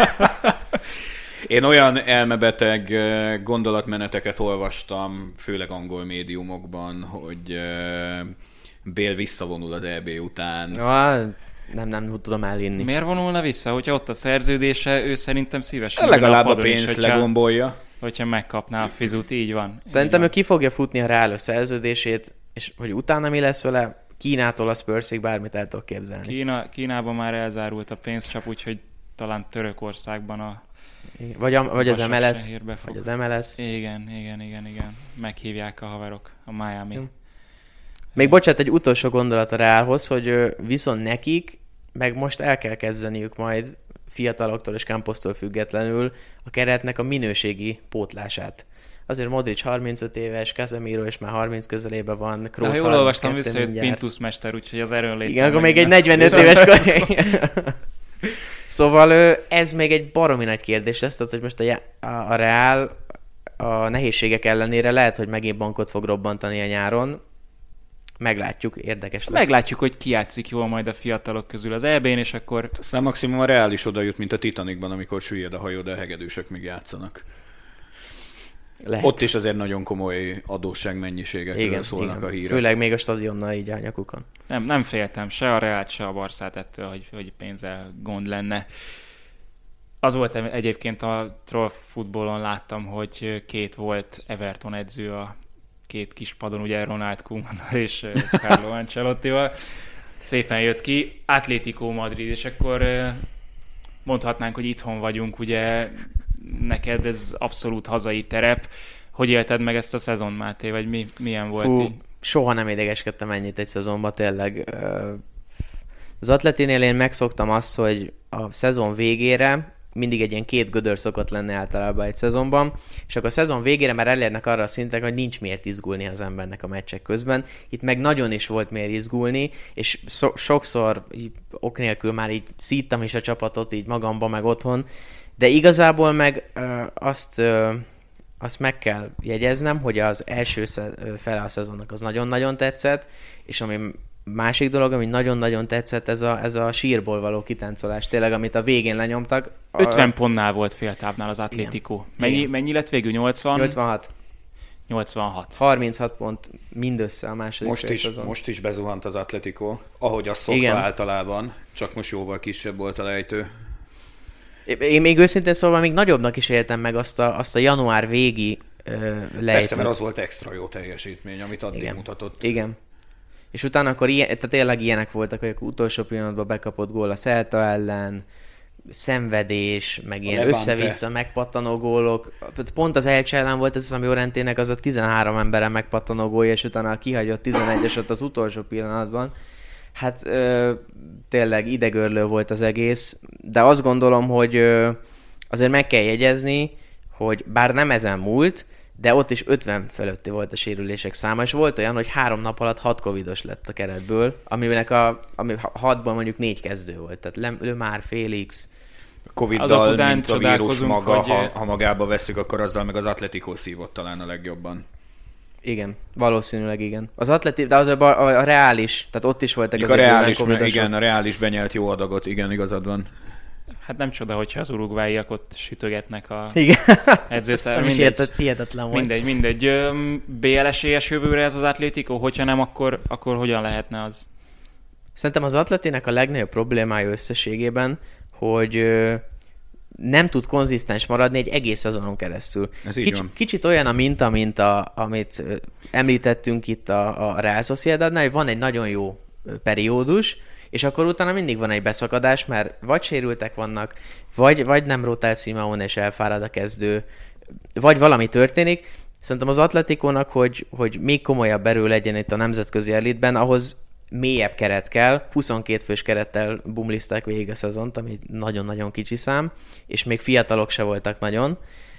Speaker 3: Én olyan elmebeteg gondolatmeneteket olvastam, főleg angol médiumokban, hogy Bél visszavonul az é bé után.
Speaker 4: Ah, nem, nem tudom elhinni.
Speaker 2: Miért vonulna vissza? Hogyha ott a szerződése, ő szerintem szívesen...
Speaker 3: Legalább a, a pénzt is, legombolja.
Speaker 2: Hogyha, hogyha megkapná a fizut, így van.
Speaker 4: Szerintem
Speaker 2: így
Speaker 4: ő ki fogja futni a Real szerződését, és hogy utána mi lesz vele, Kínától a Spursig bármit el tudok képzelni.
Speaker 2: Kína, Kínában már elzárult a pénzcsap, úgyhogy talán Törökországban a...
Speaker 4: Vagy, a, vagy az em el es. Vagy az em el es.
Speaker 2: Igen, igen, igen, igen. Meghívják a haverok, a Miami.
Speaker 4: Hm. Még bocsánat, egy utolsó gondolat a Realhoz, hogy viszont nekik, meg most el kell kezdeniük majd fiataloktól és Camposztól függetlenül a keretnek a minőségi pótlását. Azért Modric harmincöt éves, Casemiro is már harminc közelében van,
Speaker 2: Kroos jól olvastam vissza, hogy Pintus mester, úgyhogy az erőnléten...
Speaker 4: Igen, akkor még egy negyvenöt éves kor. Szóval ez még egy baromi nagy kérdés lesz, tehát hogy most a, a, a Real a nehézségek ellenére lehet, hogy megint bankot fog robbantani a nyáron. Meglátjuk, érdekes lesz.
Speaker 2: Meglátjuk, hogy ki játszik jól majd a fiatalok közül az é bén, és akkor...
Speaker 3: Aztán maximum a Real is oda jut, mint a Titanicban, amikor süllyed a hajó, de a hegedűsök még játszanak. Lehet. Ott is azért nagyon komoly adósságmennyiségekről igen, szólnak igen. a hírek.
Speaker 4: Főleg még a stadionnal így a nyakukon.
Speaker 2: Nem, nem féltem se a Reált, se a Barszát ettől, hogy, hogy pénzzel gond lenne. Az volt egyébként a Troll Footballon láttam, hogy két volt Everton edző a két kis padon, ugye Ronald Koemannal és Carlo Ancelottival. Szépen jött ki. Atlético Madrid, és akkor mondhatnánk, hogy itthon vagyunk, ugye neked ez abszolút hazai terep. Hogy élted meg ezt a szezon, Máté, vagy mi, milyen volt?
Speaker 4: Fú, soha nem idegeskedtem ennyit egy szezonban, tényleg. Az Atletinél én megszoktam azt, hogy a szezon végére mindig egy ilyen két gödör szokott lenni általában egy szezonban, és akkor a szezon végére már elérnek arra a szintre, hogy nincs miért izgulni az embernek a meccsek közben. Itt meg nagyon is volt miért izgulni, és so- sokszor így, ok nélkül már így szíttam is a csapatot így magamba, meg otthon, de igazából meg ö, azt, ö, azt meg kell jegyeznem, hogy az első fele a szezonnak az nagyon-nagyon tetszett, és ami másik dolog, ami nagyon-nagyon tetszett, ez a, ez a sírból való kitáncolás, tényleg, amit a végén lenyomtak.
Speaker 2: ötven pontnál volt féltávnál az Atlético. Mennyi, mennyi lett végül? nyolcvan?
Speaker 4: nyolcvanhat.
Speaker 2: nyolcvanhat.
Speaker 4: harminchat pont mindössze a második
Speaker 3: most is, most is bezuhant az Atlético, ahogy azt szokta igen. általában, csak most jóval kisebb volt a lejtő.
Speaker 4: Én még őszintén szóval még nagyobbnak is éltem meg azt a, azt a január végi uh, lejtőt.
Speaker 3: Persze, mert az volt extra jó teljesítmény, amit addig
Speaker 4: igen.
Speaker 3: mutatott.
Speaker 4: Igen. És utána akkor ilyen, tehát tényleg ilyenek voltak, hogy utolsó pillanatban bekapott gól a Celta ellen, szenvedés, meg ilyen Levante. Össze-vissza megpattanó gólok. Pont az Elche ellen volt ez, ami Llorentének az a tizenhárom emberen megpattanó gólja, és utána kihagyott tizenegyes ott az utolsó pillanatban. Hát ö, tényleg idegörlő volt az egész, de azt gondolom, hogy ö, azért meg kell jegyezni, hogy bár nem ezen múlt, de ott is ötven fölötti volt a sérülések száma, és volt olyan, hogy három nap alatt hat covidos lett a keretből, aminek a ami hatból mondjuk négy kezdő volt. Tehát Lemar, Félix.
Speaker 3: Coviddal, mint a vírus maga, hogy... ha, ha magába vesszük, akkor azzal meg az Atletico szívott talán a legjobban.
Speaker 4: Igen, valószínűleg igen. Az Atleti, de az a, a, a Real is, tehát ott is voltak
Speaker 3: az a Real is, igen, a Real is benyelt jó adagot, igen, igazad van.
Speaker 2: Hát nem csoda, hogyha az urugváiak ott sütögetnek a
Speaker 4: Igen.
Speaker 2: edzőterem.
Speaker 4: Nem is értett, hihetetlen volt.
Speaker 2: Mindegy, mindegy. bé el es-élyes jövőre ez az Atlético, hogyha nem, akkor, akkor hogyan lehetne az?
Speaker 4: Szerintem az Atletinek a legnagyobb problémája összességében, hogy ö, nem tud konzisztens maradni egy egész szezonon keresztül.
Speaker 3: Ez így
Speaker 4: Kics,
Speaker 3: van.
Speaker 4: kicsit olyan a minta, mint a, amit ö, említettünk itt a, a Real Sociedadnál, hogy van egy nagyon jó ö, periódus, és akkor utána mindig van egy beszakadás, mert vagy sérültek vannak, vagy, vagy nem rotál Simeone és elfárad a kezdő, vagy valami történik. Szerintem az Atletikónak, hogy, hogy még komolyabb erő legyen itt a nemzetközi elitben, ahhoz mélyebb keret kell, huszonkét fős kerettel bumlizták végig a szezont, ami nagyon-nagyon kicsi szám, és még fiatalok se voltak nagyon.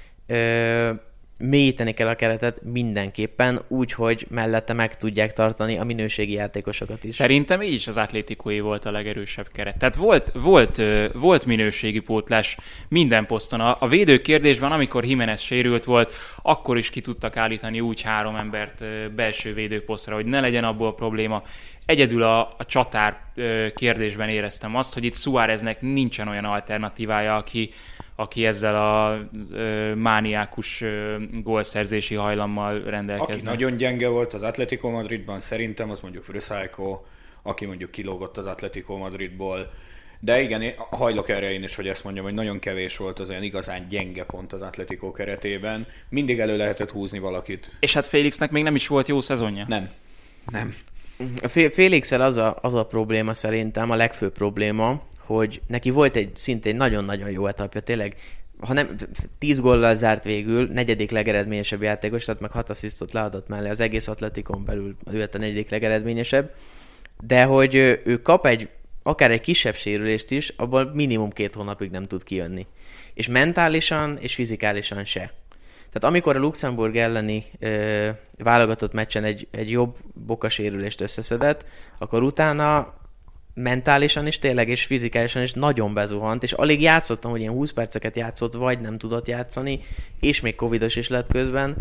Speaker 4: Ö, mélyíteni kell a keretet mindenképpen, úgy, hogy mellette meg tudják tartani a minőségi játékosokat is.
Speaker 2: Szerintem így is az Atlétikói volt a legerősebb keret. Tehát volt, volt, volt minőségi pótlás minden poszton. A, a védő kérdésben, amikor Jiménez sérült volt, akkor is ki tudtak állítani úgy három embert belső védőposztra, hogy ne legyen abból probléma. Egyedül a, a csatár kérdésben éreztem azt, hogy itt Suáreznek nincsen olyan alternatívája, aki, aki ezzel a ö, mániákus ö, gólszerzési hajlammal rendelkezne.
Speaker 3: Aki nagyon gyenge volt az Atletico Madridban, szerintem az mondjuk Vrsaljko, aki mondjuk kilógott az Atletico Madridból. De igen, én hajlok erre én is, hogy ezt mondjam, hogy nagyon kevés volt az olyan igazán gyenge pont az Atletico keretében. Mindig elő lehetett húzni valakit.
Speaker 2: És hát Félixnek még nem is volt jó szezonja.
Speaker 3: Nem. Nem.
Speaker 4: A Félixel az a, az a probléma szerintem, a legfőbb probléma, hogy neki volt egy szintén nagyon-nagyon jó etapja, tényleg, ha nem tíz góllal zárt végül, negyedik legeredményesebb játékos, tehát meg hat asszisztot leadott mellé, az egész Atletikon belül ő a negyedik legeredményesebb, de hogy ő, ő kap egy, akár egy kisebb sérülést is, abból minimum két hónapig nem tud kijönni. És mentálisan és fizikálisan se. Tehát amikor a Luxemburg elleni ö, válogatott meccsen egy, egy jobb bokasérülést összeszedett, akkor utána mentálisan is tényleg, és fizikálisan is nagyon bezuhant, és alig játszottam, hogy ilyen húsz perceket játszott, vagy nem tudott játszani, és még covidos is lett közben.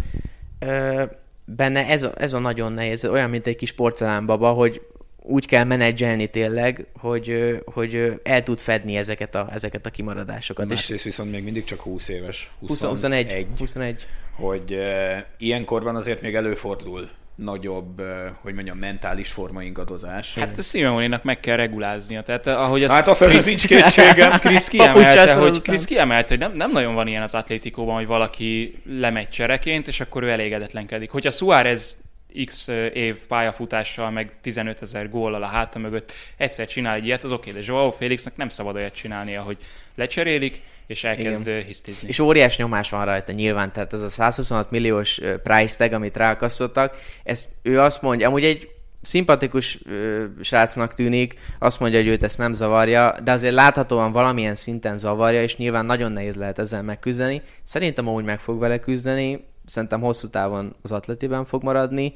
Speaker 4: Ö, benne ez a, ez a nagyon nehéz, olyan, mint egy kis porcelánbaba, hogy úgy kell menedzselni tényleg, hogy, hogy el tud fedni ezeket a, ezeket a kimaradásokat.
Speaker 3: Másrészt viszont még mindig csak húsz éves.
Speaker 4: huszonegy. huszonegy.
Speaker 3: Hogy e, ilyenkorban azért még előfordul nagyobb, e, hogy mondjam, mentális formaingadozás.
Speaker 2: Hát a Simeone-nak meg kell reguláznia. Tehát ahogy az
Speaker 3: hát a felől nincs kétségem.
Speaker 2: Krisz kiemelte, hogy, Krisz kiemelte, hogy nem, nem nagyon van ilyen az Atlétikóban, hogy valaki lemegy csereként, és akkor ő elégedetlenkedik. Hogyha Suárez X év pályafutással, meg tizenötezer góllal a háta mögött egyszer csinál egy ilyet, az oké, de Joao Félixnek nem szabad olyat csinálnia, hogy lecserélik, és elkezd Igen. hisztizni.
Speaker 4: És óriás nyomás van rajta nyilván, tehát ez a százhuszonhat milliós price tag, amit ráakasztottak, ezt ő azt mondja, amúgy egy szimpatikus ö, srácnak tűnik, azt mondja, hogy őt ezt nem zavarja, de azért láthatóan valamilyen szinten zavarja, és nyilván nagyon nehéz lehet ezzel megküzdeni. Szerintem amúgy meg fog vele küzdeni, szerintem hosszú távon az Atletiben fog maradni.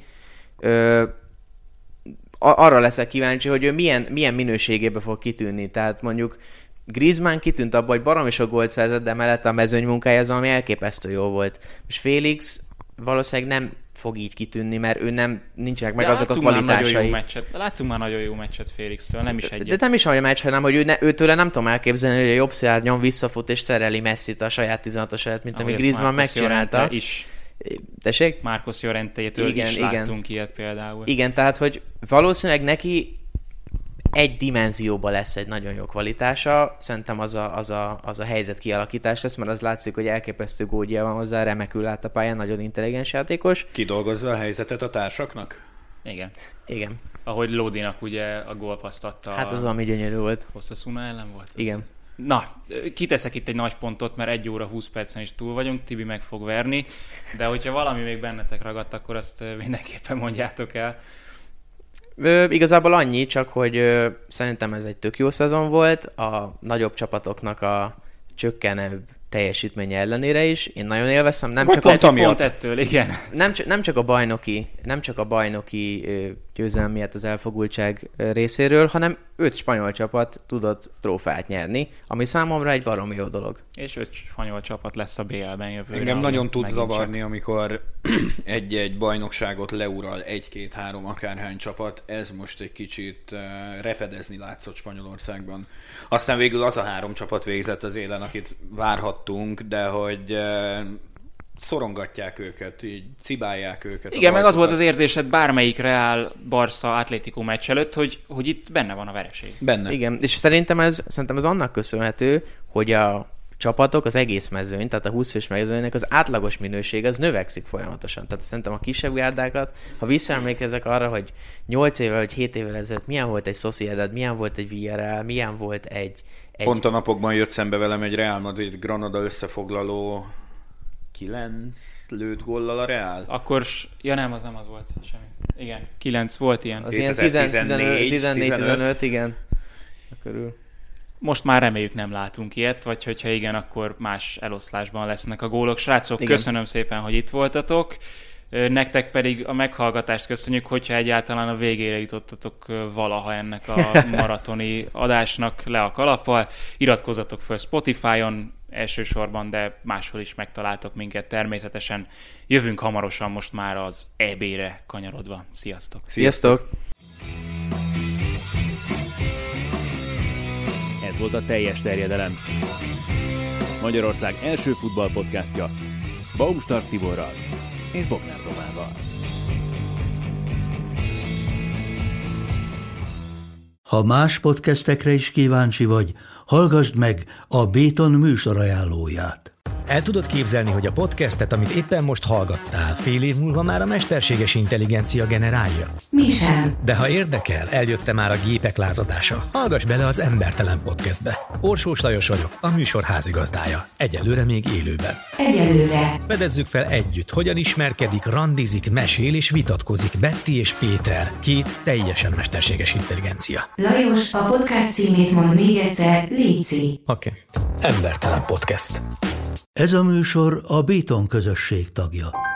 Speaker 4: Ö, arra leszek kíváncsi, hogy ő milyen, milyen minőségébe fog kitűnni. Tehát mondjuk Griezmann kitűnt abban, hogy baromi sok gólt szerzett, de mellette a mezőny munkája az, ami elképesztő jó volt. És Félix valószínűleg nem fog így kitűnni, mert ő nem, nincsenek meg de azok a kvalitásai.
Speaker 2: Már jó meccset. Láttunk már nagyon jó meccset Félixtől, nem is egyet.
Speaker 4: De nem is olyan meccs, hanem hogy ő ne, őtőle nem tudom elképzelni, hogy a jobb szárnyon visszafut és szereli Messit a saját tizenhatos előtt, mint ahogy ami Griezmann megcsinálta.
Speaker 2: Is.
Speaker 4: Tessék?
Speaker 2: Marcos Llorente-től igen, is
Speaker 4: igen.
Speaker 2: láttunk ilyet például.
Speaker 4: Igen, tehát hogy valószínűleg neki egy dimenzióban lesz egy nagyon jó kvalitása. Szerintem az a, az a, az a helyzet kialakítás lesz, mert az látszik, hogy elképesztő gódja van hozzá, remekül lát a pályán, nagyon intelligens játékos.
Speaker 3: Kidolgozza a helyzetet a társaknak?
Speaker 2: Igen.
Speaker 4: Igen.
Speaker 2: Ahogy Lodinak ugye a gólpaszt adta.
Speaker 4: Hát az, ami gyönyörű volt.
Speaker 2: Osasuna ellen volt? Az?
Speaker 4: Igen.
Speaker 2: Na, kiteszek itt egy nagy pontot, mert egy óra húsz percen is túl vagyunk, Tibi meg fog verni, de hogyha valami még bennetek ragadt, akkor azt mindenképpen mondjátok el.
Speaker 4: Ö, igazából annyi, csak hogy ö, szerintem ez egy tök jó szezon volt, a nagyobb csapatoknak a csökkenőbb teljesítménye ellenére is. Én nagyon élveztem, nem
Speaker 2: Vagy
Speaker 4: csak
Speaker 2: pont,
Speaker 4: a
Speaker 2: pont ettől, igen.
Speaker 4: Nem, nem csak a bajnoki, nem csak a bajnoki ö, győzelem miatt az elfogultság részéről, hanem öt spanyol csapat tudott trófeát nyerni, ami számomra egy baromi jó dolog.
Speaker 2: És öt spanyol csapat lesz a bé el-ben jövőre.
Speaker 3: Engem nagyon tud zavarni, csak... amikor egy-egy bajnokságot leural egy-két-három akárhány csapat, ez most egy kicsit repedezni látszott Spanyolországban. Aztán végül az a három csapat végzett az élen, akit várhattunk, de hogy szorongatják őket, így cibálják őket.
Speaker 2: Igen, meg az volt az érzésed bármelyik Real, Barca, Atlético meccs előtt, hogy, hogy itt benne van a vereség.
Speaker 3: Benne.
Speaker 4: Igen, és szerintem ez, szerintem ez annak köszönhető, hogy a csapatok, az egész mezőny, tehát a húsz fős mezőnynek az átlagos minőség az növekszik folyamatosan. Tehát szerintem a kisebb gárdákat, ha visszaemlékezek arra, hogy nyolc évvel vagy hét évvel ezelőtt milyen volt egy Sociedad, milyen volt egy Villarreal, milyen volt egy... egy...
Speaker 3: Pont a napokban jött szembe velem egy Real Madrid Granada összefoglaló, kilenc lőtt góllal a Real.
Speaker 2: Akkor, ja nem, az nem az volt semmi. Igen, kilenc volt ilyen.
Speaker 4: Az ilyen tizennégy tizenöt, igen. A körül.
Speaker 2: Most már reméljük nem látunk ilyet, vagy hogyha igen, akkor más eloszlásban lesznek a gólok. Srácok, igen. Köszönöm szépen, hogy itt voltatok. Nektek pedig a meghallgatást köszönjük, hogyha egyáltalán a végére jutottatok valaha ennek a maratoni adásnak le a kalappal. Iratkozzatok föl Spotify-on elsősorban, de máshol is megtaláltok minket természetesen. Jövünk hamarosan most már az é bé-re kanyarodva. Sziasztok!
Speaker 4: Sziasztok!
Speaker 1: Ez volt a Teljes Terjedelem. Magyarország első futballpodcastja Baumstark Tiborral és Bognár Domával.
Speaker 5: Ha más podcastekre is kíváncsi vagy, hallgassd meg a Béton műsor ajánlóját.
Speaker 6: El tudod képzelni, hogy a podcastet, amit éppen most hallgattál, fél év múlva már a mesterséges intelligencia generálja?
Speaker 7: Mi sem.
Speaker 6: De ha érdekel, eljött már a gépek lázadása. Hallgass bele az Embertelen Podcastbe. Orsós Lajos vagyok, a műsor házigazdája. Egyelőre még élőben.
Speaker 7: Egyelőre.
Speaker 6: Fedezzük fel együtt, hogyan ismerkedik, randizik, mesél és vitatkozik Betty és Péter, két teljesen mesterséges intelligencia.
Speaker 7: Lajos, a podcast címét mond még egyszer, léci.
Speaker 6: Oké. Okay. Embertelen Podcast.
Speaker 5: Ez a műsor a Béton közösség tagja.